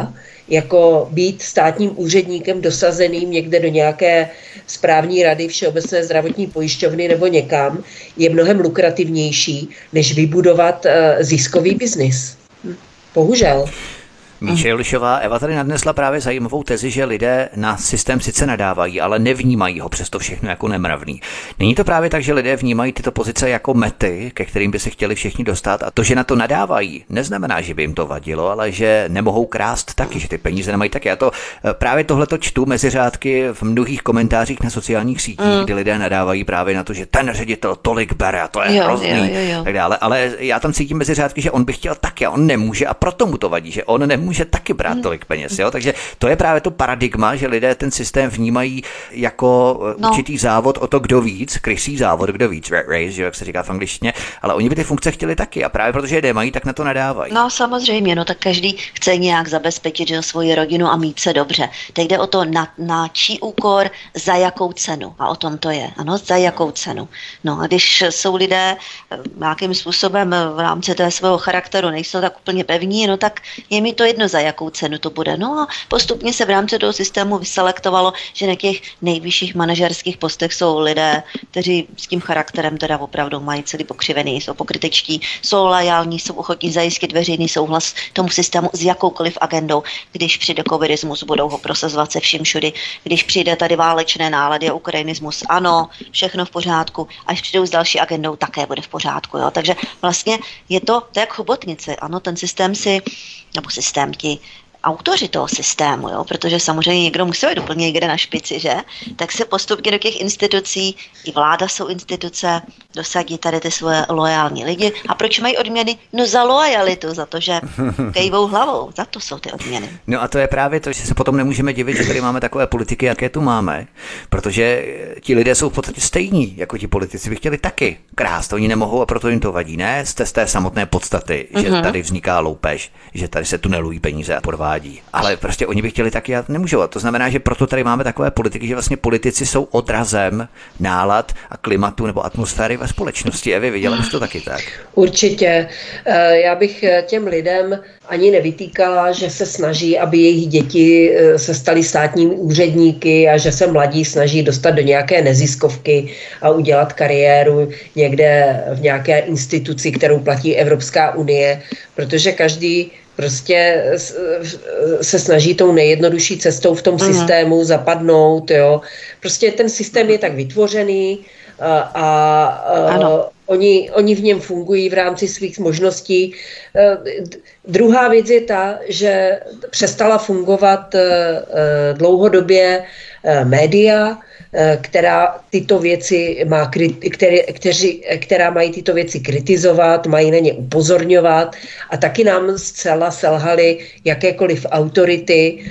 jako být státním úředníkem dosazeným někde do nějaké správní rady Všeobecné zdravotní pojišťovny nebo někam, je mnohem lukrativnější, než vybudovat ziskový biznis. Bohužel. Míše Lišová, Eva tady nadnesla právě zajímavou tezi, že lidé na systém sice nadávají, ale nevnímají ho přesto všechno jako nemravný. Není to právě tak, že lidé vnímají tyto pozice jako mety, ke kterým by se chtěli všichni dostat, a to, že na to nadávají, neznamená, že by jim to vadilo, ale že nemohou krást taky, že ty peníze nemají taky. Já to právě tohleto čtu mezi řádky v mnohých komentářích na sociálních sítích, kdy lidé nadávají právě na to, že ten ředitel tolik bere a to je hrozný, tak dále. Ale já tam cítím mezi řádky, že on by chtěl taky a on nemůže a proto mu to vadí, že on nemůže taky brát tolik peněz, jo? Takže to je právě to paradigma, že lidé ten systém vnímají jako určitý závod o to, kdo víc, krysí závod, kdo víc, rat race, že, jak se říká v angličtině, ale oni by ty funkce chtěli taky a právě protože je nemají, tak na to nadávají. No samozřejmě, no tak každý chce nějak zabezpečit, že svoji rodinu a mít se dobře. Teď jde o to, na čí úkor, za jakou cenu. A o tom to je, ano, za jakou cenu. No a když jsou lidé nějakým způsobem v rámci té svého charakteru nejsou tak úplně pevní, no tak je mi to jedno, za jakou cenu to bude. No a postupně se v rámci toho systému vyselektovalo, že na těch nejvyšších manažerských postech jsou lidé, kteří s tím charakterem teda opravdu mají celý pokřivený, jsou pokrytečtí, jsou loajální, jsou ochotní zajistit veřejný souhlas tomu systému s jakoukoliv agendou. Když přijde covidismus, budou ho prosazovat se vším všudy. Když přijde tady válečné nálady a ukrajinismus, ano, všechno v pořádku. Až přijdou s další agendou, také bude v pořádku. Jo? Takže vlastně je to jak chobotnice. Ano, ten systém nebo systém, ti autoři toho systému, jo? Protože samozřejmě někdo musí být úplně někde na špici, že? Tak se postupně do těch institucí, i vláda jsou instituce, dosadí tady ty svoje loajální lidi. A proč mají odměny? No za loajalitu, za to, že kejvou hlavou, za to jsou ty odměny. No a to je právě to, že se potom nemůžeme divit, že tady máme takové politiky, jaké tu máme, protože ti lidé jsou v podstatě stejní, jako ti politici by chtěli taky krást, oni nemohou a proto jim to vadí, ne? Z té samotné podstaty, že tady vzniká loupež, že tady se tunelují peníze a podvádí. Ale prostě oni by chtěli taky a nemůžou. A to znamená, že proto tady máme takové politiky, že vlastně politici jsou odrazem nálad a klimatu nebo atmosféry ve společnosti. Evi, viděla jsi to taky tak? Určitě. Já bych těm lidem ani nevytýkala, že se snaží, aby jejich děti se staly státními úředníky a že se mladí snaží dostat do nějaké neziskovky a udělat kariéru někde v nějaké instituci, kterou platí Evropská unie, protože každý prostě se snaží tou nejjednodušší cestou v tom systému zapadnout, jo. Prostě ten systém je tak vytvořený a oni v něm fungují v rámci svých možností. Druhá věc je ta, že přestala fungovat dlouhodobě média, která tyto věci která mají tyto věci kritizovat, mají na ně upozorňovat a taky nám zcela selhaly jakékoliv autority.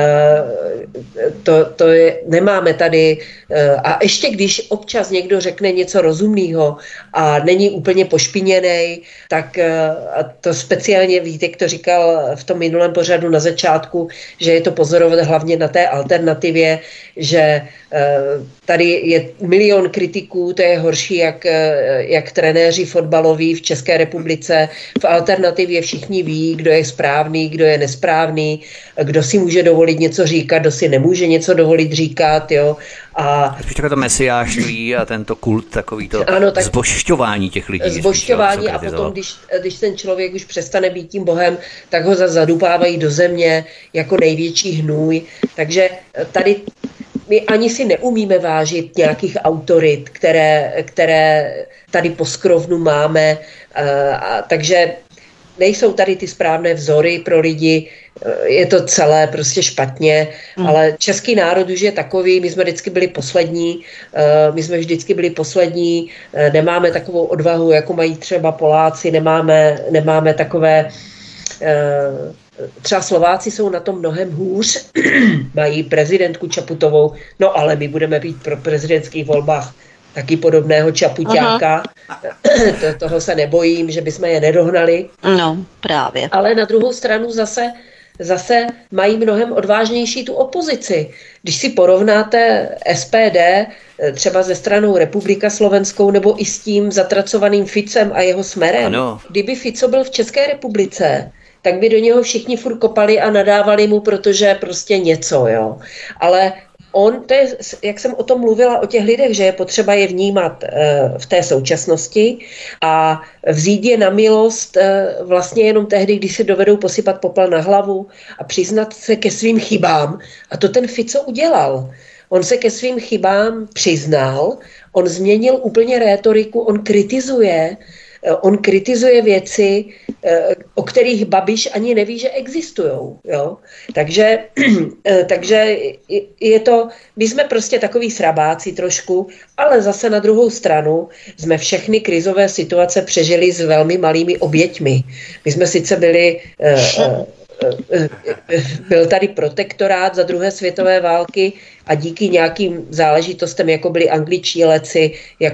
Nemáme tady. A ještě když občas někdo řekne něco rozumného a není úplně pošpiněnej, tak to speciálně Vítek to říkal v tom minulém pořadu na začátku, že je to pozorovat hlavně na té alternativě, že tady je milion kritiků, to je horší jak trenéři fotbaloví v České republice. V alternativě všichni ví, kdo je správný, kdo je nesprávný, kdo si může dovolit něco říkat, kdo si nemůže něco dovolit říkat, jo. A spíš takové to mesiášství a tento kult, takovýto zbožšťování těch lidí. Zbožšťování a potom, když ten člověk už přestane být tím bohem, tak ho zadupávají do země jako největší hnůj. Takže tady my ani si neumíme vážit nějakých autorit, které tady po skrovnu máme, takže nejsou tady ty správné vzory pro lidi, je to celé prostě špatně, ale český národ už je takový, my jsme vždycky byli poslední, nemáme takovou odvahu, jako mají třeba Poláci, nemáme takové. Třeba Slováci jsou na tom mnohem hůř, mají prezidentku Čaputovou, no ale my budeme být pro prezidentských volbách taky podobného Čapuťáka. Toho se nebojím, že bychom je nedohnali. No, právě. Ale na druhou stranu zase mají mnohem odvážnější tu opozici. Když si porovnáte SPD třeba ze stranou Republika Slovenskou nebo i s tím zatracovaným Ficem a jeho Smerem, ano. Kdyby Fico byl v České republice, tak by do něho všichni furt kopali a nadávali mu, protože prostě něco, jo. Ale to je, jak jsem o tom mluvila, o těch lidech, že je potřeba je vnímat v té současnosti a vzít je na milost vlastně jenom tehdy, když se dovedou posypat popel na hlavu a přiznat se ke svým chybám. A to ten Fico udělal. On se ke svým chybám přiznal, on změnil úplně rétoriku, on kritizuje věci, o kterých Babiš ani neví, že existujou. Jo? Takže je to, my jsme prostě takový srabáci trošku, ale zase na druhou stranu jsme všechny krizové situace přežili s velmi malými oběťmi. My jsme sice byl tady protektorát za druhé světové války a díky nějakým záležitostem, jako byli angličtí leci,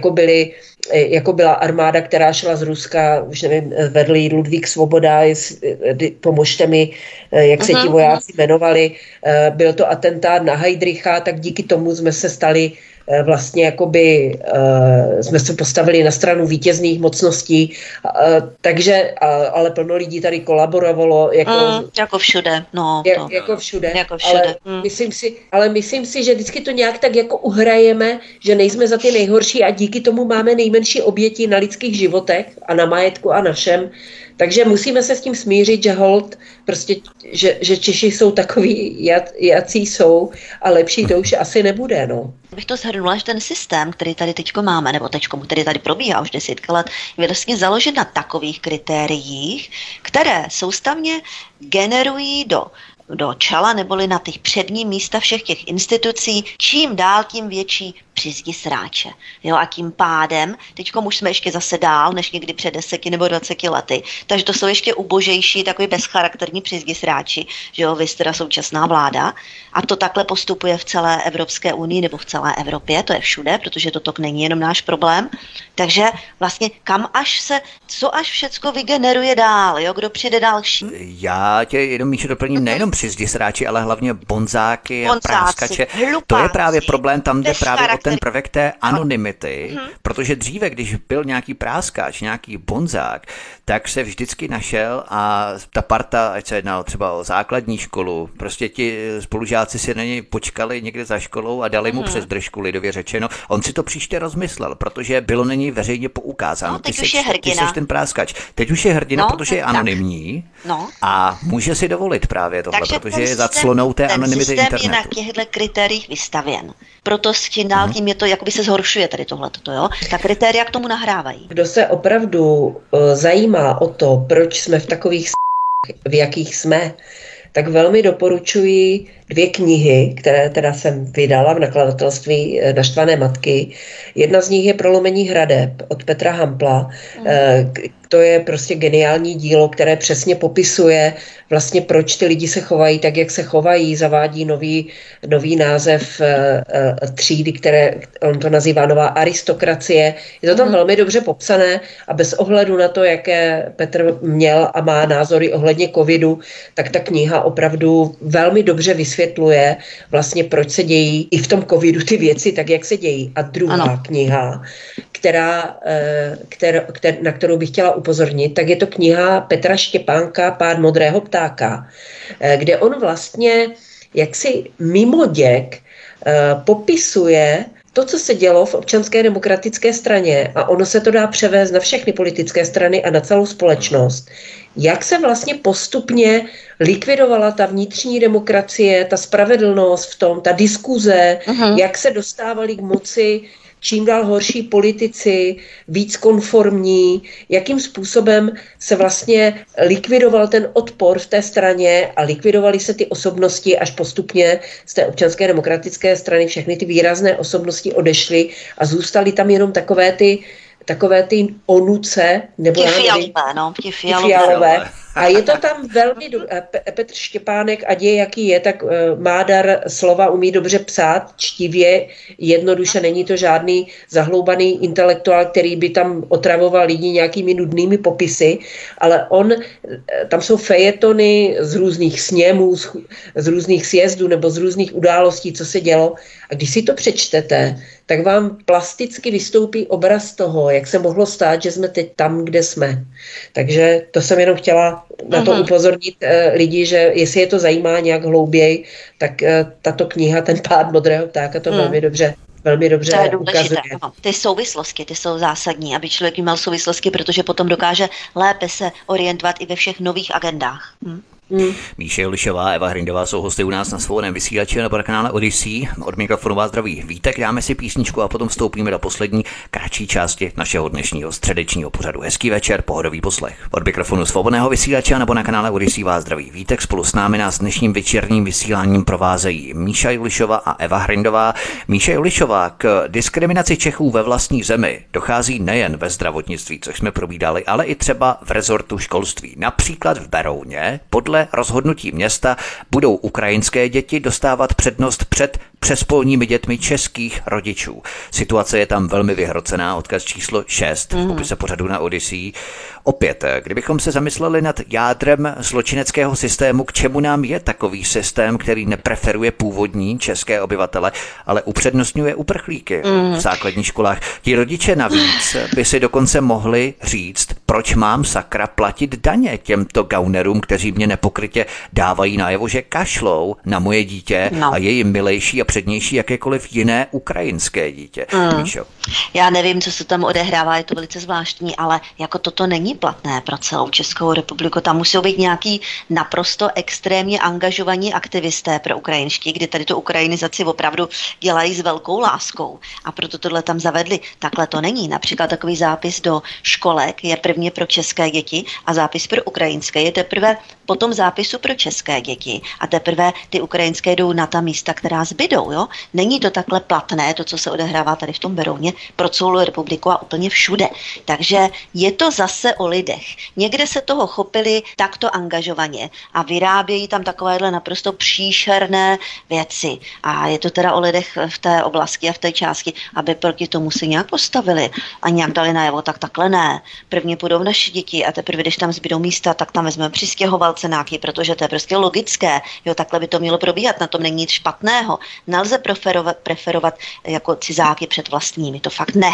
jako byla armáda, která šla z Ruska, už nevím, vedl jí Ludvík Svoboda, pomožte mi, jak se ti vojáci jmenovali, byl to atentát na Heydricha, tak díky tomu jsme se stali vlastně jakoby jsme se postavili na stranu vítězných mocností, takže, ale plno lidí tady kolaborovalo. Jako všude. No, jako všude. Ale myslím si, že vždycky to nějak tak jako uhrajeme, že nejsme za ty nejhorší a díky tomu máme nejmenší oběti na lidských životech a na majetku a na všem. Takže musíme se s tím smířit, že hold, prostě, že Češi jsou takový, jací jsou a lepší to už asi nebude, no. Bych to shrnula, že ten systém, který tady teďko máme, nebo který tady probíhá už 10 let, je vlastně založen na takových kritériích, které soustavně generují do čela neboli na těch přední místa všech těch institucí, čím dál tím větší přizdi sráče. Jo, a tím pádem, teďkom už jsme ještě zase dál, než někdy před 10 nebo 20 lety, takže to jsou ještě ubožejší, takový bezcharakterní přizdi sráči, že jo, vy jste teda současná vláda a to takhle postupuje v celé Evropské unii nebo v celé Evropě, to je všude, protože toto není jenom náš problém, takže vlastně co až všecko vygeneruje dál, jo, kdo přijde další? Já tě jenom, Míšo, doplním, nejenom přizdi sráči, ale hlavně bonzáky a práskače. Hlupáci, to je právě problém, tam jde právě o ten prvek té anonymity, protože dříve, když byl nějaký práskač, nějaký bonzák, tak se vždycky našel a ta parta, ať se jednalo třeba o základní školu, prostě ti spolužáci si na něj počkali někde za školou a dali mu přes držku, lidově řečeno. On si to příště rozmyslel, protože bylo na něj veřejně poukázáno. No, ty seš ten práskač. Teď už je hrdina, protože je anonymní a může si dovolit právě tohle, protože je zaclonou té anonymity internetu. Ten systém je na těchto kritériích vystavěn. Proto s tím dál tím je to, jakoby se zhoršuje tady tohleto, jo? Ta kritéria k tomu nahrávají. Kdo se opravdu zajímá o to, proč jsme v takových v jakých jsme, tak velmi doporučuji 2 knihy, které teda jsem vydala v nakladatelství Naštvané matky. Jedna z nich je Prolomení hradeb od Petra Hampla. To je prostě geniální dílo, které přesně popisuje vlastně, proč ty lidi se chovají tak, jak se chovají, zavádí nový název třídy, které on to nazývá nová aristokracie. Je to tam velmi dobře popsané a bez ohledu na to, jaké Petr měl a má názory ohledně covidu, tak ta kniha opravdu velmi dobře vysvětluje vlastně, proč se dějí i v tom covidu ty věci tak, jak se dějí. A druhá kniha, na kterou bych chtěla upozornit, tak je to kniha Petra Štěpánka Pád modrého ptáka, kde on vlastně jaksi mimoděk popisuje to, co se dělo v Občanské demokratické straně, a ono se to dá převést na všechny politické strany a na celou společnost, jak se vlastně postupně likvidovala ta vnitřní demokracie, ta spravedlnost v tom, ta diskuze, jak se dostávali k moci čím dál horší politici, víc konformní, jakým způsobem se vlastně likvidoval ten odpor v té straně a likvidovaly se ty osobnosti, až postupně z té Občanské demokratické strany všechny ty výrazné osobnosti odešly a zůstaly tam jenom takové ty onuce, nebo ti fialové. A je to tam velmi Petr Štěpánek, ať je jaký je, tak má dar slova, umí dobře psát, čtivě, jednoduše, není to žádný zahloubaný intelektuál, který by tam otravoval lidi nějakými nudnými popisy, ale tam jsou fejetony z různých sněmů, z různých sjezdů nebo z různých událostí, co se dělo. A když si to přečtete, tak vám plasticky vystoupí obraz toho, jak se mohlo stát, že jsme teď tam, kde jsme. Takže to jsem jenom chtěla na to upozornit lidi, že jestli je to zajímá nějak hlouběji, tak tato kniha, Ten pád modrého ptáka, to velmi dobře to je důležité. Ty souvislosti, ty jsou zásadní, aby člověk měl souvislosti, protože potom dokáže lépe se orientovat i ve všech nových agendách. Míše Julišová a Eva Hrindová jsou hosty u nás na Svobodném vysílači nebo na kanále Odyssey. Od mikrofonu vás zdraví Vítek, dáme si písničku a potom vstoupíme do poslední kratší části našeho dnešního středečního pořadu. Hezký večer, pohodový poslech. Od mikrofonu Svobodného vysílače nebo na kanále Odyssey vás zdraví Vítek. Spolu s námi nás dnešním večerním vysíláním provázejí Míša Julišová a Eva Hrindová. Míša Julišová, k diskriminaci Čechů ve vlastní zemi dochází nejen ve zdravotnictví, což jsme probídali, ale i třeba v rezortu školství. Například v Berouně podle rozhodnutí města budou ukrajinské děti dostávat přednost před přespolními dětmi českých rodičů. Situace je tam velmi vyhrocená, odkaz číslo 6 v popise pořadu na Odyssey. Opět, kdybychom se zamysleli nad jádrem zločineckého systému, k čemu nám je takový systém, který nepreferuje původní české obyvatele, ale upřednostňuje uprchlíky v základních školách. Ti rodiče navíc by si dokonce mohli říct, proč mám sakra platit daně těmto gaunerům, kteří mě nepokrytě dávají najevo, že kašlou na moje dítě a je jim milejší a přednější jakékoliv jiné ukrajinské dítě. Míšo. Já nevím, co se tam odehrává, je to velice zvláštní, ale jako toto není platné pro celou Českou republiku. Tam musí být nějaký naprosto extrémně angažovaní aktivisté pro ukrajinští, kdy tady tu ukrajinizaci opravdu dělají s velkou láskou. A proto tohle tam zavedli. Takhle to není. Například takový zápis do školek je prvně pro české děti a zápis pro ukrajinské je teprve potom zápisu pro české děti. A teprve ty ukrajinské jdou na ta místa, která zbydou. Jo? Není to takhle platné, to, co se odehrává tady v tom Berouně, pro celou republiku a úplně všude. Takže je to zase o lidech. Někde se toho chopili takto angažovaně a vyrábějí tam takovéhle naprosto příšerné věci. A je to teda o lidech v té oblasti a v té části, aby proti tomu se nějak postavili a nějak dali najevo, tak takhle ne. Prvně půjdou naše děti a teprve, když tam zbydou místa, tak tam vezmeme přistěhovalce nějaký, protože to je prostě logické. Jo, takhle by to mělo probíhat, na tom není nic špatného. Nelze preferovat jako cizáky před vlastními, to fakt ne.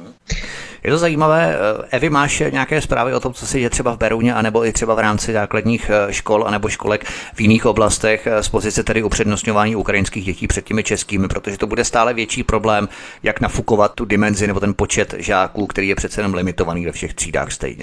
Je to zajímavé. Evi, máš nějaké zprávy o tom, co se děje třeba v Berouně, anebo i třeba v rámci základních škol, anebo školek v jiných oblastech z pozice tedy upřednostňování ukrajinských dětí před těmi českými, protože to bude stále větší problém, jak nafukovat tu dimenzi nebo ten počet žáků, který je přece jenom limitovaný ve všech třídách stejně.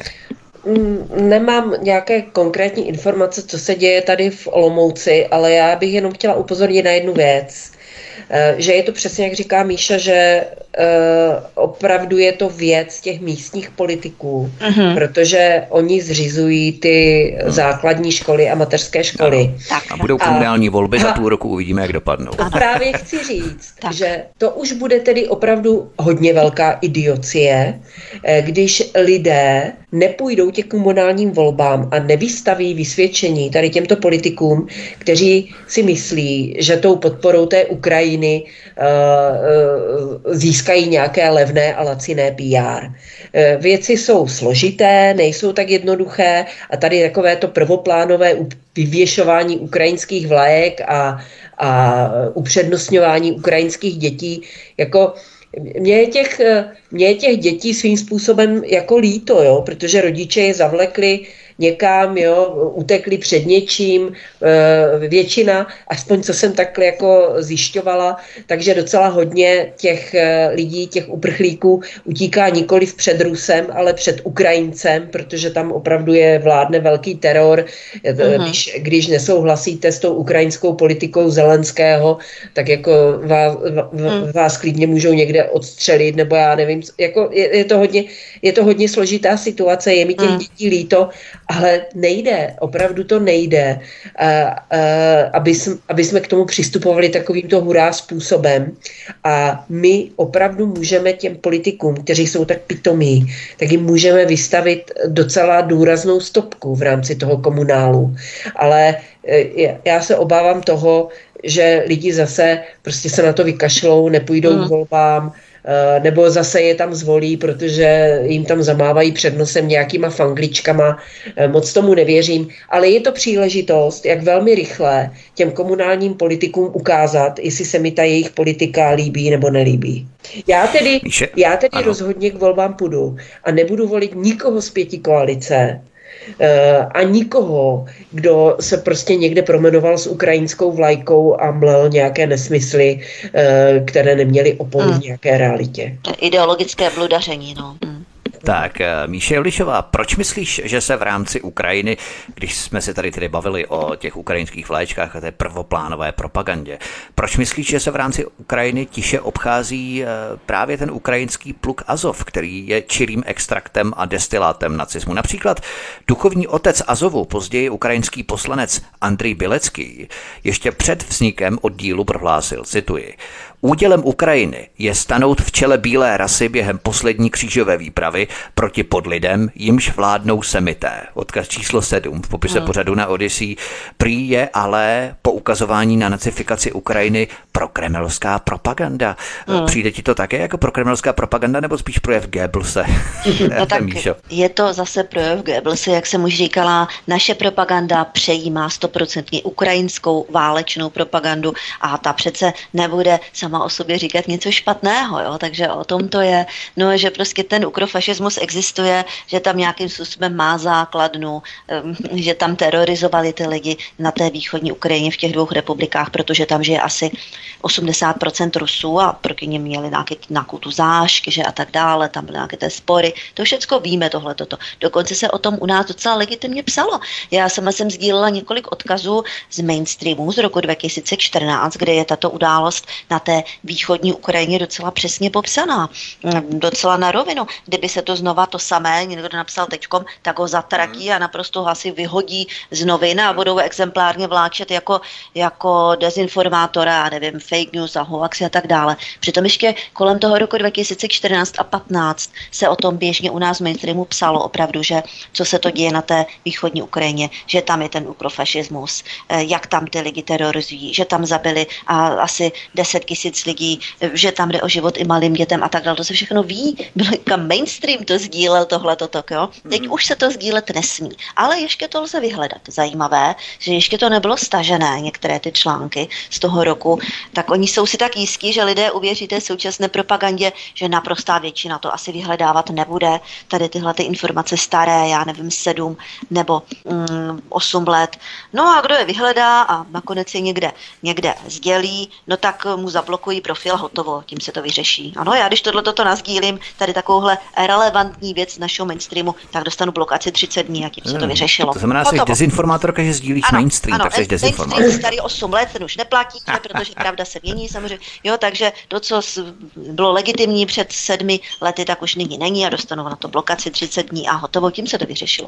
Nemám nějaké konkrétní informace, co se děje tady v Olomouci, ale já bych jenom chtěla upozornit na jednu věc, že je to přesně, jak říká Míša, že opravdu je to věc těch místních politiků, protože oni zřizují ty základní školy a mateřské školy. A budou komunální volby, za půl roku uvidíme, jak dopadnou. Právě chci říct, že to už bude tedy opravdu hodně velká idiocie, když lidé nepůjdou těch komunálním volbám a nevystaví vysvědčení tady těmto politikům, kteří si myslí, že tou podporou té Ukrajiny získají nějaké levné a laciné PR. Věci jsou složité, nejsou tak jednoduché a tady takové to prvoplánové vyvěšování ukrajinských vlajek a upřednostňování ukrajinských dětí, jako mě je těch dětí svým způsobem jako líto, jo, protože rodiče je zavlekli někam, jo, utekli před něčím, většina, aspoň co jsem takhle jako zjišťovala, takže docela hodně těch lidí, těch uprchlíků utíká nikoli před Rusem, ale před Ukrajincem, protože tam opravdu vládne velký teror. Když nesouhlasíte s tou ukrajinskou politikou Zelenského, tak jako vás klidně můžou někde odstřelit, nebo já nevím, jako je to hodně složitá situace, je mi těch dětí líto, ale nejde, opravdu to nejde, aby jsme k tomu přistupovali takovýmto hurá způsobem. A my opravdu můžeme těm politikům, kteří jsou tak pitomí, tak jim můžeme vystavit docela důraznou stopku v rámci toho komunálu. Ale já se obávám toho, že lidi zase prostě se na to vykašlou, nepůjdou k volbám, nebo zase je tam zvolí, protože jim tam zamávají před nosem nějakýma fangličkama. Moc tomu nevěřím, ale je to příležitost, jak velmi rychle těm komunálním politikům ukázat, jestli se mi ta jejich politika líbí nebo nelíbí. Já tedy rozhodně k volbám půjdu a nebudu volit nikoho z 5 koalice, a nikoho, kdo se prostě někde promenoval s ukrajinskou vlajkou a mlel nějaké nesmysly, které neměly oporu v nějaké realitě. Ideologické bludaření, no. Tak, Míše Lišová, proč myslíš, že se v rámci Ukrajiny, když jsme se tady tedy bavili o těch ukrajinských vlaječkách a té prvoplánové propagandě, proč myslíš, že se v rámci Ukrajiny tiše obchází právě ten ukrajinský pluk Azov, který je čirým extraktem a destilátem nacismu? Například duchovní otec Azovu, později ukrajinský poslanec Andrej Bilecký, ještě před vznikem oddílu prohlásil, cituji: Údělem Ukrajiny je stanout v čele bílé rasy během poslední křížové výpravy proti podlidem, jimž vládnou semité. Odkaz číslo 7 v popise pořadu na Odyssey. Prý je ale poukazování na nacifikaci Ukrajiny prokremelská propaganda. Přijde ti to také jako prokremelská propaganda nebo spíš projev Goebbelse? No tak je to zase projev Goebbelse, jak jsem už říkala, naše propaganda přejímá 100% ukrajinskou válečnou propagandu a ta přece nebude sama o sobě říkat něco špatného, jo? Takže o tom to je, no, že prostě ten ukrofašismus existuje, že tam nějakým způsobem má základnu, že tam terorizovali ty lidi na té východní Ukrajině v těch 2 republikách, protože tam žije asi 80% Rusů a proti nim měli nějakou tu zášky, že a tak dále, tam byly nějaké ty spory, to všecko víme tohleto. Dokonce se o tom u nás docela legitimně psalo. Já sama jsem sdílela několik odkazů z mainstreamu z roku 2014, kde je tato událost na té východní Ukrajině docela přesně popsaná. Docela na rovinu. Kdyby se to znova to samé někdo napsal teďkom, tak ho zatratí a naprosto ho asi vyhodí z novin a budou exemplárně vláčet jako dezinformátora, a nevím, fake news a hoaxy a tak dále. Přitom ještě kolem toho roku 2014 a 15 se o tom běžně u nás v mainstreamu psalo opravdu, že co se to děje na té východní Ukrajině, že tam je ten ukrofašismus, jak tam ty lidi terorizují, že tam zabili asi 10 000 lidí, že tam jde o život i malým dětem a tak dále. To se všechno ví. Mainstream to sdílel tohleto, jo. Teď už se to sdílet nesmí. Ale ještě to lze vyhledat. Zajímavé, že ještě to nebylo stažené, některé ty články z toho roku, tak oni jsou si tak jistí, že lidé uvěří té současné propagandě, že naprostá většina to asi vyhledávat nebude. Tady tyhle ty informace staré, já nevím, 7 nebo 8 let. No a kdo je vyhledá a nakonec je někde sdělí, no tak mu zablokují profil, hotovo, tím se to vyřeší. Ano, já když tohleto nasdílím, tady takovouhle relevantní věc našeho mainstreamu, tak dostanu blokaci 30 dní a tím se to vyřešilo. To znamená, že jsi dezinformátorka, že sdílíš mainstream, tak jsi dezinformátor. Mainstream starý 8 let, ten už neplatí, protože pravda se mění samozřejmě. Jo, takže to, co bylo legitimní před 7 lety, tak už nyní není a dostanu na to blokaci 30 dní a hotovo, tím se to vyřešilo.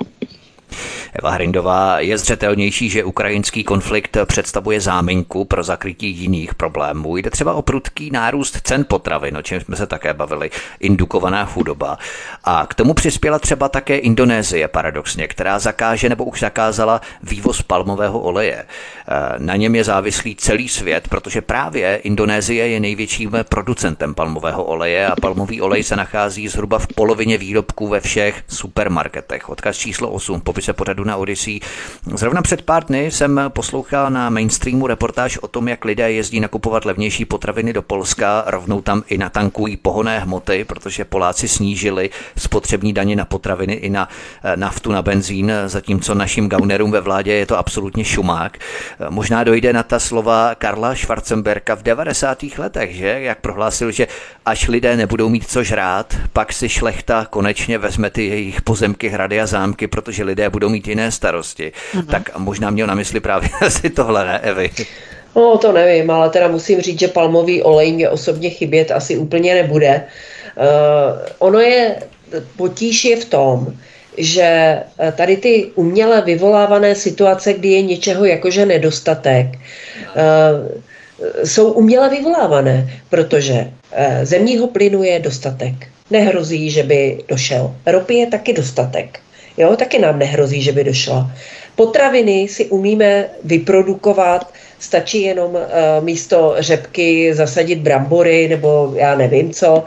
Eva Hrindová, je zřetelnější, že ukrajinský konflikt představuje záminku pro zakrytí jiných problémů. Jde třeba o prudký nárůst cen potravin, o čem jsme se také bavili, indukovaná chudoba. A k tomu přispěla třeba také Indonésie, paradoxně, která zakáže nebo už zakázala vývoz palmového oleje. Na něm je závislý celý svět, protože právě Indonésie je největším producentem palmového oleje a palmový olej se nachází zhruba v polovině výrobků ve všech supermarketech. Odkaz číslo 8 v popise pořadu na Odyssey. Zrovna před pár dny jsem poslouchal na mainstreamu reportáž o tom, jak lidé jezdí nakupovat levnější potraviny do Polska, rovnou tam i natankují pohonné hmoty, protože Poláci snížili spotřební daně na potraviny i na naftu, na benzín, zatímco našim gaunerům ve vládě je to absolutně šumák. Možná dojde na ta slova Karla Schwarzenberga v 90. letech, že? Jak prohlásil, že až lidé nebudou mít co žrát, pak si šlechta konečně vezme ty jejich pozemky, hrady a zámky, protože lidé budou mít jiné starosti. Tak možná měl na mysli právě asi tohle, ne, Evi? No, to nevím, ale teda musím říct, že palmový olej mě osobně chybět asi úplně nebude. Potíž je v tom, že tady ty uměle vyvolávané situace, kdy je něčeho jakože nedostatek, jsou uměle vyvolávané, protože zemního plynu je dostatek. Nehrozí, že by došel. Ropy je taky dostatek. Jo, taky nám nehrozí, že by došla. Potraviny si umíme vyprodukovat, stačí jenom místo řepky zasadit brambory nebo já nevím co.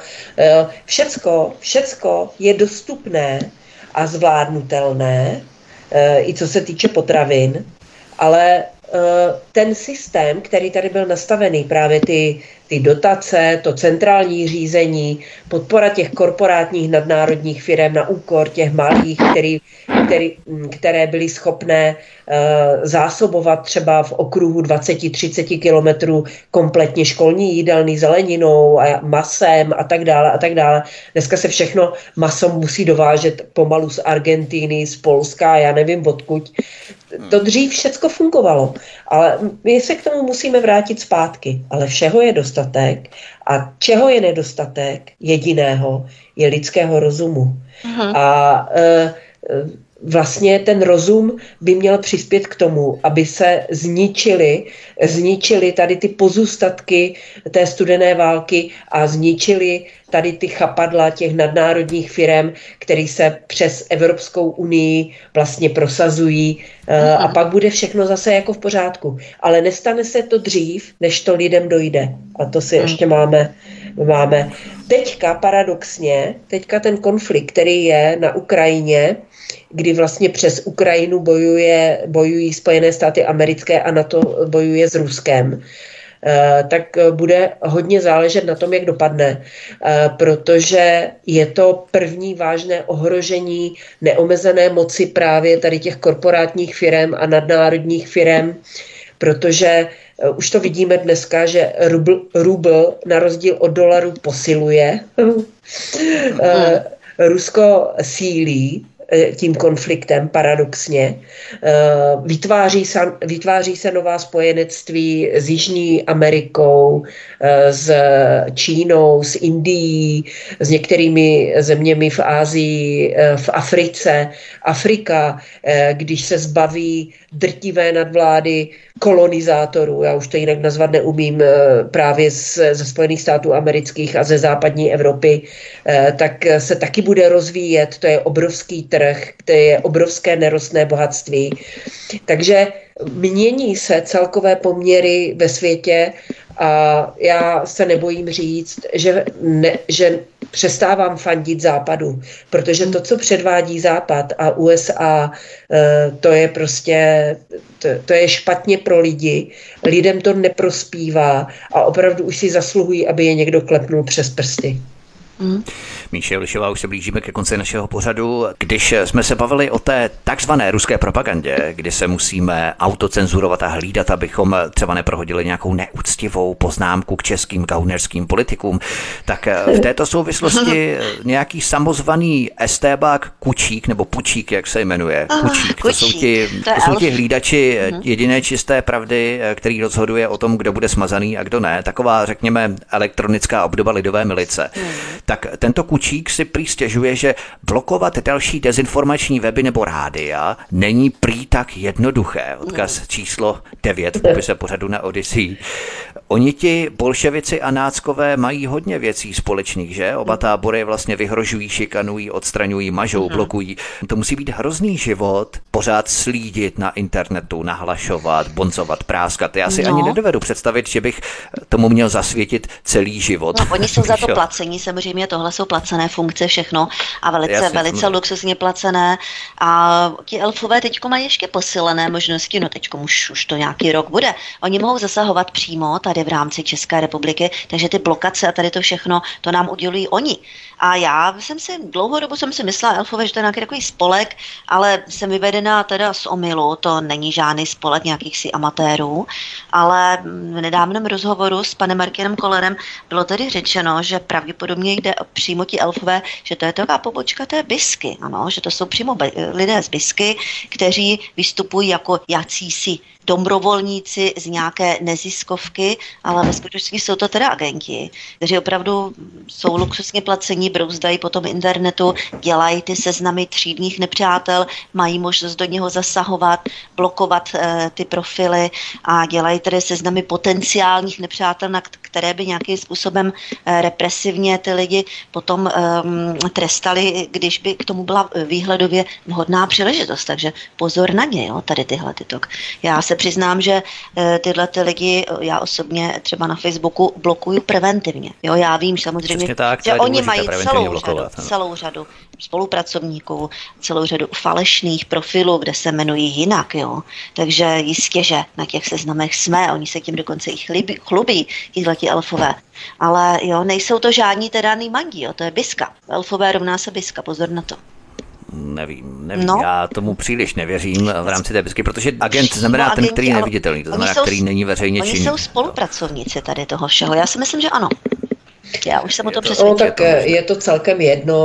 Všecko je dostupné a zvládnutelné, i co se týče potravin, ale ten systém, který tady byl nastavený, právě ty dotace, to centrální řízení, podpora těch korporátních nadnárodních firem na úkor těch malých, které byly schopné zásobovat třeba v okruhu 20-30 kilometrů kompletně školní jídelny zeleninou a masem a tak dále a tak dále. Dneska se všechno maso musí dovážet pomalu z Argentiny, z Polska, já nevím odkud. To dřív všecko fungovalo, ale my se k tomu musíme vrátit zpátky. Ale všeho je dostatek a čeho je nedostatek jediného je lidského rozumu. A vlastně ten rozum by měl přispět k tomu, aby se zničily tady ty pozůstatky té studené války a zničily tady ty chapadla těch nadnárodních firem, které se přes Evropskou unii vlastně prosazují a pak bude všechno zase jako v pořádku. Ale nestane se to dřív, než to lidem dojde. A to si ještě máme. Teďka paradoxně, ten konflikt, který je na Ukrajině, kdy vlastně přes Ukrajinu bojují Spojené státy americké a NATO bojuje s Ruskem, tak bude hodně záležet na tom, jak dopadne, protože je to první vážné ohrožení neomezené moci právě tady těch korporátních firem a nadnárodních firem, protože už to vidíme dneska, že rubl na rozdíl od dolaru posiluje. Rusko sílí tím konfliktem paradoxně. Vytváří se nová spojenectví s Jižní Amerikou, s Čínou, s Indií, s některými zeměmi v Asii, v Africe. Afrika, když se zbaví drtivé nadvlády kolonizátorů, já už to jinak nazvat neumím, právě ze Spojených států amerických a ze západní Evropy, tak se taky bude rozvíjet. To je obrovský trh, to je obrovské nerostné bohatství. Takže mění se celkové poměry ve světě a já se nebojím říct, že přestávám fandit Západu, protože to, co předvádí Západ a USA, to je prostě, to je špatně pro lidi, lidem to neprospívá a opravdu už si zasluhují, aby je někdo klepnul přes prsty. Míše Lišová, už se blížíme ke konci našeho pořadu. Když jsme se bavili o té takzvané ruské propagandě, kdy se musíme autocenzurovat a hlídat, abychom třeba neprohodili nějakou neúctivou poznámku k českým gaunerským politikům, tak v této souvislosti nějaký samozvaný estébák Kučík, nebo Pučík, jak se jmenuje, Kučík, to jsou ti hlídači jediné čisté pravdy, který rozhoduje o tom, kdo bude smazaný a kdo ne. Taková, řekněme, elektronická obdoba lidové milice. Tak tento Kučík si prý stěžuje, že blokovat další dezinformační weby nebo rádia není prý tak jednoduché. Odkaz číslo 9 v popise pořadu na Odyssey. Oni ti bolševici a náckové mají hodně věcí společných, že? Oba tábory vlastně vyhrožují, šikanují, odstraňují, mažou, blokují. To musí být hrozný život, pořád slídit na internetu, nahlašovat, boncovat, práskat. Já si ani nedovedu představit, že bych tomu měl zasvětit celý život. No, oni jsou za to placení, samozřejmě tohle jsou placené funkce, všechno a velice luxusně placené a ti elfové teďko mají ještě posilené možnosti, no teďko už to nějaký rok bude. Oni mohou zasahovat přímo tady v rámci České republiky, takže ty blokace a tady to všechno, to nám udělují oni. A já dlouhou dobu jsem si myslela, elfové, že to je nějaký takový spolek, ale jsem vyvedená teda z omylu, to není žádný spolek nějakých si amatérů, ale v nedávném rozhovoru s panem Martinem Kollerem bylo tedy řečeno, že pravděpodobně jde přímo ti elfové, že to je taková pobočka té Bisky, ano, že to jsou přímo lidé z Bisky, kteří vystupují jako jacísi dobrovolníci z nějaké neziskovky, ale ve skutečnosti jsou to teda agenti, kteří opravdu jsou luxusně placení, brouzdají po tom internetu, dělají ty seznamy třídních nepřátel, mají možnost do něho zasahovat, blokovat ty profily a dělají tedy seznamy potenciálních nepřátel, na které by nějakým způsobem represivně ty lidi potom trestali, když by k tomu byla výhledově vhodná příležitost. Takže pozor na ně, jo, tady tyhle tytok. Já se přiznám, že tyhle ty lidi já osobně třeba na Facebooku blokuju preventivně. Jo, já vím samozřejmě, tak, že oni mají celou řadu spolupracovníků, celou řadu falešných profilů, kde se jmenují jinak, jo. Takže jistě, že na těch seznamech jsme, oni se tím dokonce i chlubí, tihleti elfové. Ale jo, nejsou to žádní teda mangi, jo, to je Biska. Elfové rovná se Biska, pozor na to. nevím. Já tomu příliš nevěřím v rámci té bisky, protože agent znamená ten, který je neviditelný, to znamená, který není veřejně činný. Oni jsou spolupracovníci tady toho všeho, já si myslím, že ano. Já už jsem o to přesvědčila. No tak je to celkem jedno,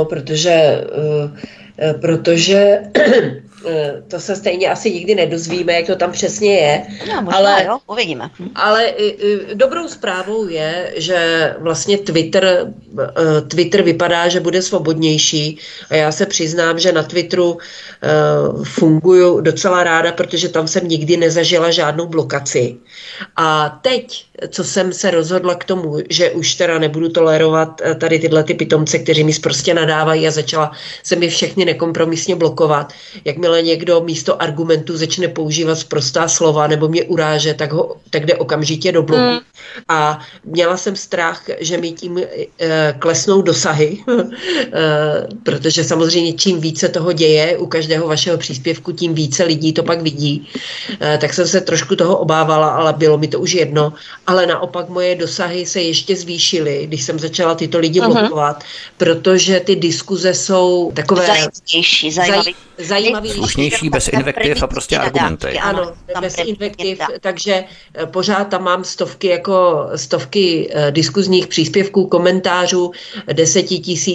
protože to se stejně asi nikdy nedozvíme, jak to tam přesně je. No, možná, jo, uvidíme. Ale dobrou zprávou je, že vlastně Twitter vypadá, že bude svobodnější a já se přiznám, že na Twitteru funguju docela ráda, protože tam jsem nikdy nezažila žádnou blokaci. A teď, co jsem se rozhodla k tomu, že už teda nebudu tolerovat tady tyhle ty pitomce, kteří mi prostě nadávají a začala se mi všechny nekompromisně blokovat. Jakmile někdo místo argumentu začne používat sprostá slova nebo mě uráže, tak jde okamžitě do bloku. A měla jsem strach, že mi tím klesnou dosahy, protože samozřejmě čím více toho děje u každého vašeho příspěvku, tím více lidí to pak vidí. Tak jsem se trošku toho obávala, ale bylo mi to už jedno. Ale naopak moje dosahy se ještě zvýšily, když jsem začala tyto lidi blokovat, protože ty diskuze jsou takové zajímavější. Slušnější, bez invektiv a prostě argumenty. Ano, bez invektiv, takže pořád tam mám stovky diskuzních příspěvků, komentářů, 10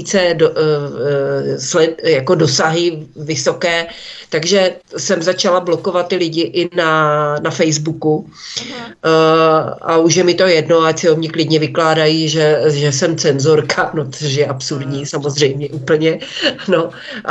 000 jako dosahy vysoké, takže jsem začala blokovat ty lidi i na Facebooku. A už je mi to jedno, ať si o mě klidně vykládají, že jsem cenzorka, no což je absurdní samozřejmě úplně, no,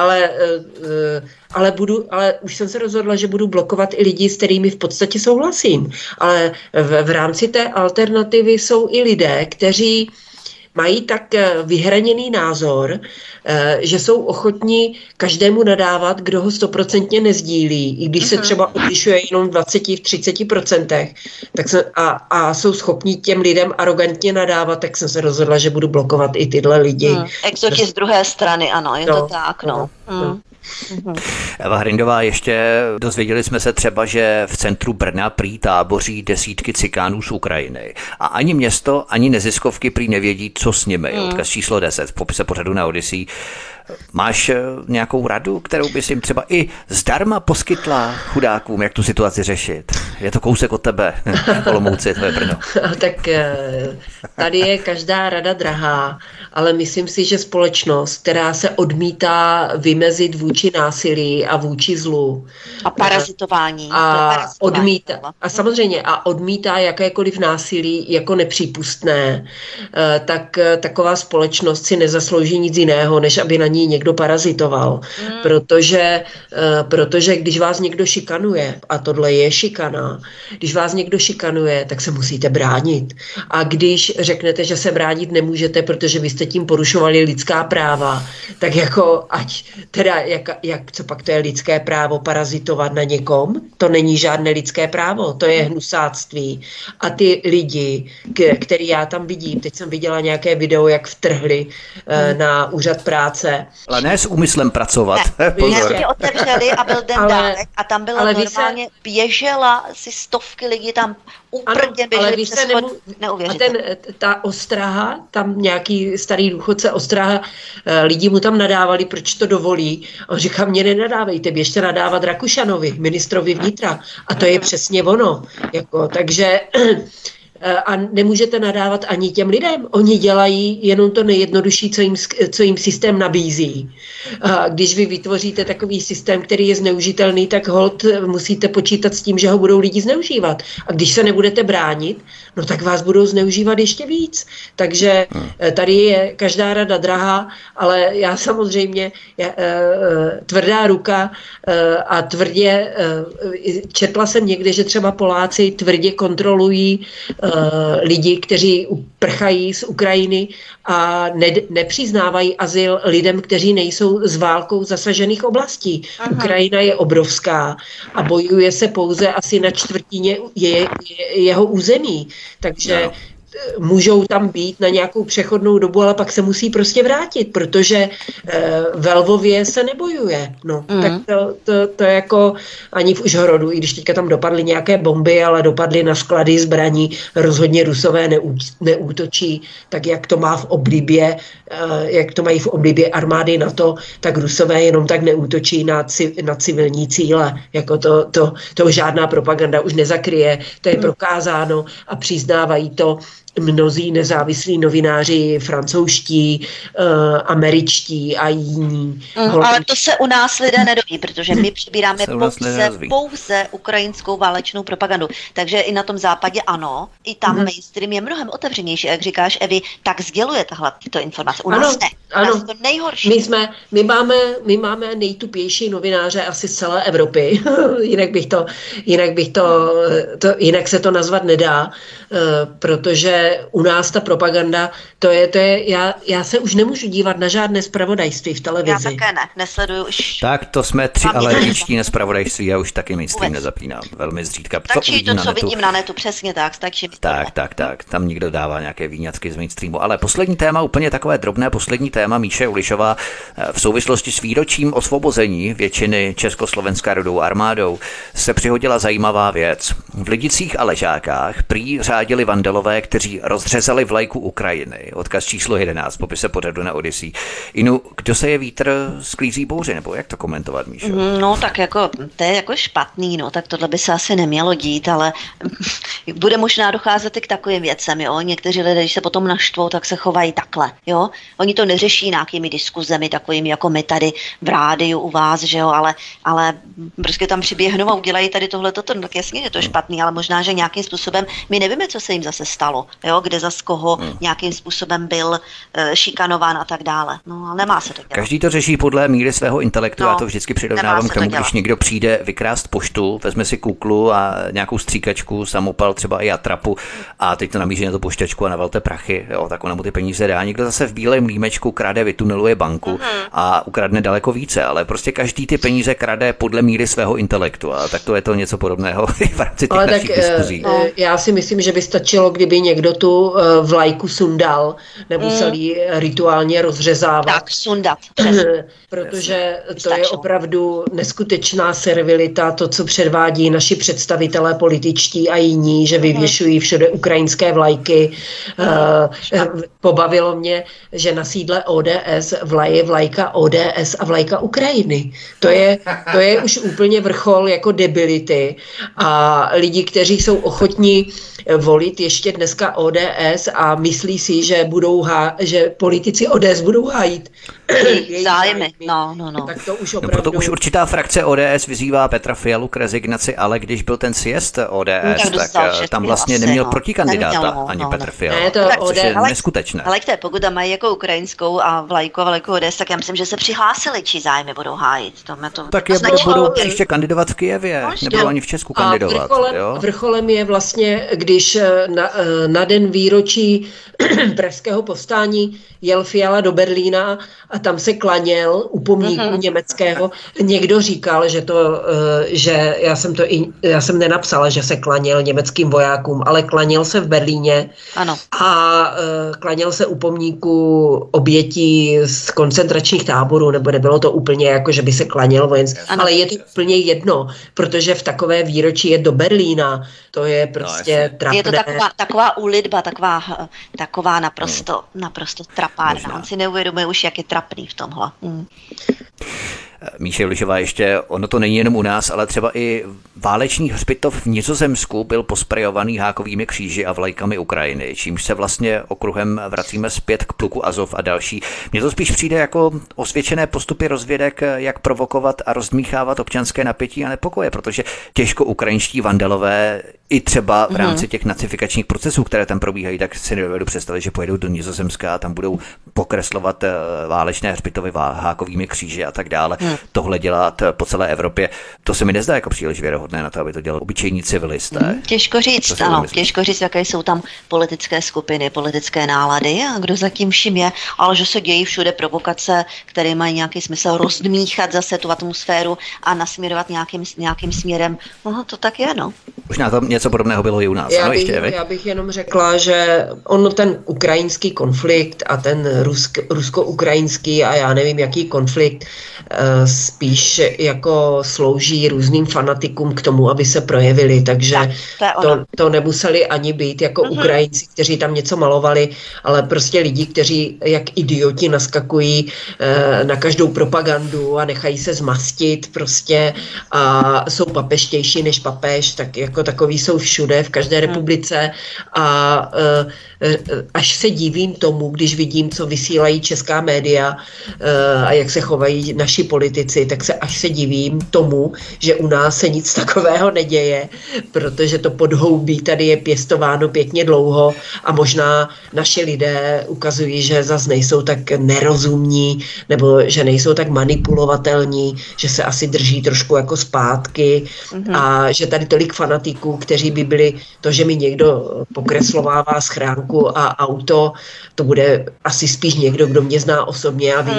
ale už jsem se rozhodla, že budu blokovat i lidi, s kterými v podstatě souhlasím. Ale v rámci té alternativy jsou i lidé, kteří mají tak vyhraněný názor, že jsou ochotní každému nadávat, kdo ho 100% nezdílí, i když se třeba odlišuje jenom v 20-30%, a jsou schopní těm lidem arrogantně nadávat, tak jsem se rozhodla, že budu blokovat i tyhle lidi. Exoti z druhé strany, ano, je to tak, no. Eva Hrindová, ještě dozvěděli jsme se třeba, že v centru Brna prý táboří desítky cikánů z Ukrajiny. A ani město, ani neziskovky prý nevědí, co s nimi. Odkaz číslo 10 v popise pořadu na Odyssey. Máš nějakou radu, kterou bys jim třeba i zdarma poskytla chudákům, jak tu situaci řešit? Je to kousek od tebe, Olomouci, tvoje Brno. Tak tady je každá rada drahá, ale myslím si, že společnost, která se odmítá vymezit vůči násilí a vůči zlu. A parazitování. A samozřejmě odmítá jakékoliv násilí jako nepřípustné, tak taková společnost si nezaslouží nic jiného, než aby na ní někdo parazitoval. Protože když vás někdo šikanuje, a tohle je šikana, když vás někdo šikanuje, tak se musíte bránit. A když řeknete, že se bránit nemůžete, protože vy jste tím porušovali lidská práva, tak jako co pak to je lidské právo parazitovat na někom? To není žádné lidské právo, to je hnusáctví. A ty lidi, který já tam vidím, teď jsem viděla nějaké video, jak vtrhli na úřad práce. Ale ne s úmyslem pracovat. Ne, otevřeli a byl den dálek a tam bylo normálně, běžela si stovky lidí tam úplně běželi přes schod, neuvěřitelné. A ta ostraha, tam nějaký starý důchodce ostraha, lidi mu tam nadávali, proč to dovolí. On říká, mě nenadávejte, běžte nadávat Rakušanovi, ministrovi vnitra. A to je přesně ono. Takže a nemůžete nadávat ani těm lidem. Oni dělají jenom to nejjednodušší, co jim systém nabízí. A když vy vytvoříte takový systém, který je zneužitelný, tak holt musíte počítat s tím, že ho budou lidi zneužívat. A když se nebudete bránit, no tak vás budou zneužívat ještě víc. Takže tady je každá rada drahá, ale já samozřejmě tvrdá ruka a tvrdě četla jsem někde, že třeba Poláci tvrdě kontrolují lidi, kteří prchají z Ukrajiny a nepřiznávají azyl lidem, kteří nejsou z válkou zasažených oblastí. Aha. Ukrajina je obrovská a bojuje se pouze asi na čtvrtině jeho území. Takže můžou tam být na nějakou přechodnou dobu, ale pak se musí prostě vrátit, protože ve Lvově se nebojuje. No, tak to jako ani v Užhorodu, i když teďka tam dopadly nějaké bomby, ale dopadly na sklady zbraní, rozhodně Rusové neútočí, tak jak to má v oblibě, jak to mají v oblibě armády NATO, tak Rusové jenom tak neútočí na civilní cíle. Jako to žádná propaganda už nezakryje, to je prokázáno a přiznávají to mnozí nezávislí novináři, francouzští, američtí a jiní. Ale to se u nás lidé nedoví, protože my přibíráme pouze ukrajinskou válečnou propagandu. Takže i na tom západě ano, i tam mainstream je mnohem otevřenější. Jak říkáš, Evi, tak sděluje tyto informace. U nás ne. U nás to nejhorší. My máme nejtupější novináře asi z celé Evropy. jinak se to nazvat nedá, protože u nás ta propaganda, já se už nemůžu dívat na žádné zpravodajství v televizi. Já také ne, nesleduju už. Tak to jsme 3 alergičtí na zpravodajství, já už taky mainstream nezapínám, velmi zřídka. Stačí to, co vidím na netu, přesně tak, stačí mi Tak, tam někdo dává nějaké výňacky z mainstreamu. Ale poslední téma, úplně takové drobné, poslední téma, Míše Ulišová, v souvislosti s výročím osvobození většiny Československá rodovou armádou se přihodila zajímavá věc. V Lidicích a Ležákách prý řádili vandalové, kteří rozřezali vlajku Ukrajiny. Odkaz číslo 11, popise pořadu na Odyssey. Inu, kdo se je vítr sklízí bouři, nebo jak to komentovat, Míšo? No tak jako, to je jako špatný, no, tak tohle by se asi nemělo dít, ale bude možná docházet i k takovým věcem, jo. Někteří lidé, když se potom naštvou, tak se chovají takhle, jo. Oni to neřeší nějakými diskuzemi, takovými jako my tady v rádiu u vás, že jo, ale prostě tam přiběhnou a udělají tady tohleto, tak jasně je to špatný, ale možná, že nějakým způsobem my nevíme, co se jim zase stalo, jo, kde zas koho nějakým způsobem byl šikanován a tak dále. No, ale nemá se to dělat. Každý to řeší podle míry svého intelektu, já to vždycky přirovnávám k tomu, když někdo přijde vykrást poštu, vezme si kuklu a nějakou stříkačku, samopal, třeba i atrapu a teď to namíří na tu pošťačku a navalte prachy, jo, tak ona mu ty peníze dá. Někdo zase v bílém límečku krade, vytuneluje banku a ukradne daleko více, ale prostě každý ty peníze krade podle míry svého intelektu a tak to je to něco podobného v rámci těch našich diskuzí. Já si myslím, že by stačilo, kdyby někdo tu vlajku sundal, nemusel ji rituálně rozřezávat. Tak, sundat. Protože to je opravdu neskutečná servilita, to, co předvádí naši představitelé političtí a jiní, že vyvěšují všude ukrajinské vlajky. Pobavilo mě, že na sídle ODS vlaje vlajka ODS a vlajka Ukrajiny. To je už úplně vrchol jako debility a lidi, kteří jsou ochotní volit ještě dneska ODS a myslí si, že politici ODS budou hájit zájmy. No. Tak to už opravdu... Proto už určitá frakce ODS vyzývá Petra Fialu k rezignaci, ale když byl ten sjezd ODS, tak tam vlastně neměl protikandidáta ani Petr Fiala. Ne, to což je neskutečné. Ale pokud tam mají jako ukrajinskou a vlajku ODS, tak já myslím, že se přihlásili, či zájmy budou hájit. Tak je budou příště kandidovat v Kyjevě, nebudou ani v Česku kandidovat. Vrcholem je vlastně, když na den výročí pražského povstání jel Fiala do Berlína a tam se klaněl u pomníku německého. Někdo říkal, že já jsem nenapsala, že se klaněl německým vojákům, ale klaněl se v Berlíně. Ano. A klaněl se u pomníku obětí z koncentračních táborů, nebo nebylo to úplně jako, že by se klaněl vojenský. Ale je to úplně jedno, protože v takové výročí je do Berlína. To je prostě trapné. Je to taková úlitba, taková naprosto trapárna. On si neuvědomuje už, jak je trapný v tomhle. Míše Ulišová, ještě, ono to není jenom u nás, ale třeba i válečný hřbitov v Nizozemsku byl posprejovaný hákovými kříži a vlajkami Ukrajiny, čímž se vlastně okruhem vracíme zpět k pluku Azov a další. Mně to spíš přijde jako osvědčené postupy rozvědek, jak provokovat a rozdmíchávat občanské napětí a nepokoje, protože těžko ukrajinští vandalové i třeba v rámci těch nacifikačních procesů, které tam probíhají, tak si nedovedu představit, že pojedou do Nizozemska a tam budou pokreslovat válečné hřbitovy hákovými kříži a tak dále. tohle dělat po celé Evropě. To se mi nezdá jako příliš věrohodné na to, aby to dělali obyčejní civilisté. Těžko říct, ano, těžko říct, jaké jsou tam politické skupiny, politické nálady a kdo zatím vším je, ale že se dějí všude provokace, které mají nějaký smysl rozdmíchat zase tu atmosféru a nasměrovat nějakým směrem. No, to tak je, no. Už na tom něco podobného bylo i u nás. Já bych jenom řekla, že ten ukrajinský konflikt a ten rusko-ukrajinský a já nevím, jaký konflikt spíš jako slouží různým fanatikům k tomu, aby se projevili, takže to nemuseli ani být jako Ukrajinci, kteří tam něco malovali, ale prostě lidi, kteří jak idioti naskakují na každou propagandu a nechají se zmastit prostě a jsou papeštější než papež, tak jako takový jsou všude, v každé republice a až se divím tomu, když vidím, co vysílají česká média a jak se chovají naši politici, tak až se divím tomu, že u nás se nic takového neděje, protože to podhoubí tady je pěstováno pěkně dlouho a možná naši lidé ukazují, že zas nejsou tak nerozumní nebo že nejsou tak manipulovatelní, že se asi drží trošku jako zpátky a že tady tolik fanatiků, kteří by byli to, že mi někdo pokreslovává schránku a auto, to bude asi spíš někdo, kdo mě zná osobně a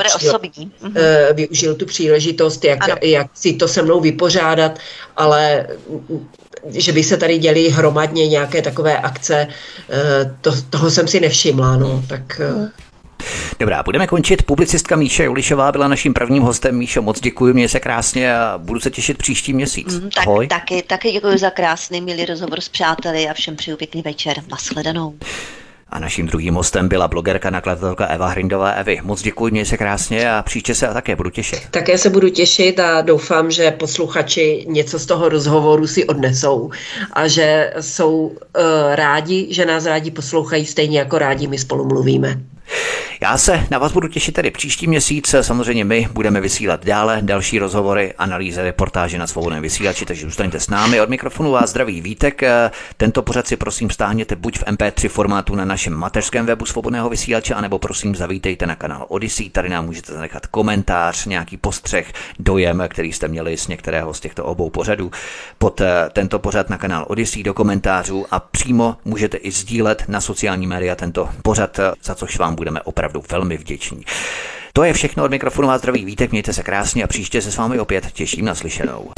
využil tu příležitost, jak si to se mnou vypořádat, ale že by se tady děly hromadně nějaké takové akce, toho jsem si nevšimla, no, tak... Dobrá, budeme končit. Publicistka Míša Julišová byla naším prvním hostem. Míšo, moc děkuji, měj se krásně a budu se těšit příští měsíc. Ahoj. Taky děkuji za krásný, milý rozhovor s přáteli a všem přeju pěkný večer. Nashledanou. A naším druhým hostem byla blogerka, nakladatelka Eva Hrindová. Evi, moc děkuji, měj se krásně a příště se také budu těšit. Také se budu těšit a doufám, že posluchači něco z toho rozhovoru si odnesou a že jsou rádi, že nás rádi poslouchají stejně jako rádi my spolu mluvíme. Já se na vás budu těšit tady příští měsíc. Samozřejmě my budeme vysílat dále další rozhovory, analýzy, reportáže na Svobodném vysílači, takže zůstaňte s námi. Od mikrofonu vás zdraví Vítek. Tento pořad si prosím stáhněte buď v MP3 formátu na našem mateřském webu Svobodného vysílače, anebo prosím zavítejte na kanál Odyssey. Tady nám můžete zanechat komentář, nějaký postřeh, dojem, který jste měli z některého z těchto obou pořadů pod tento pořad na kanál Odyssey do komentářů a přímo můžete i sdílet na sociální média tento pořad, za což vám budeme opravdu velmi vděční. To je všechno od mikrofonu vás zdraví Vítek, mějte se krásně a příště se s vámi opět těším na slyšenou.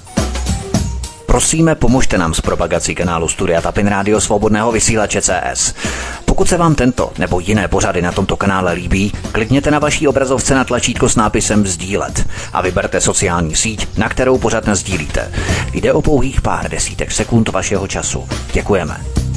Prosíme, pomožte nám s propagací kanálu Studia Tapin Rádio Svobodného vysílače CS. Pokud se vám tento nebo jiné pořady na tomto kanále líbí, klikněte na vaší obrazovce na tlačítko s nápisem sdílet a vyberte sociální síť, na kterou pořad nasdílíte. Jde o pouhých pár desítek sekund vašeho času. Děkujeme.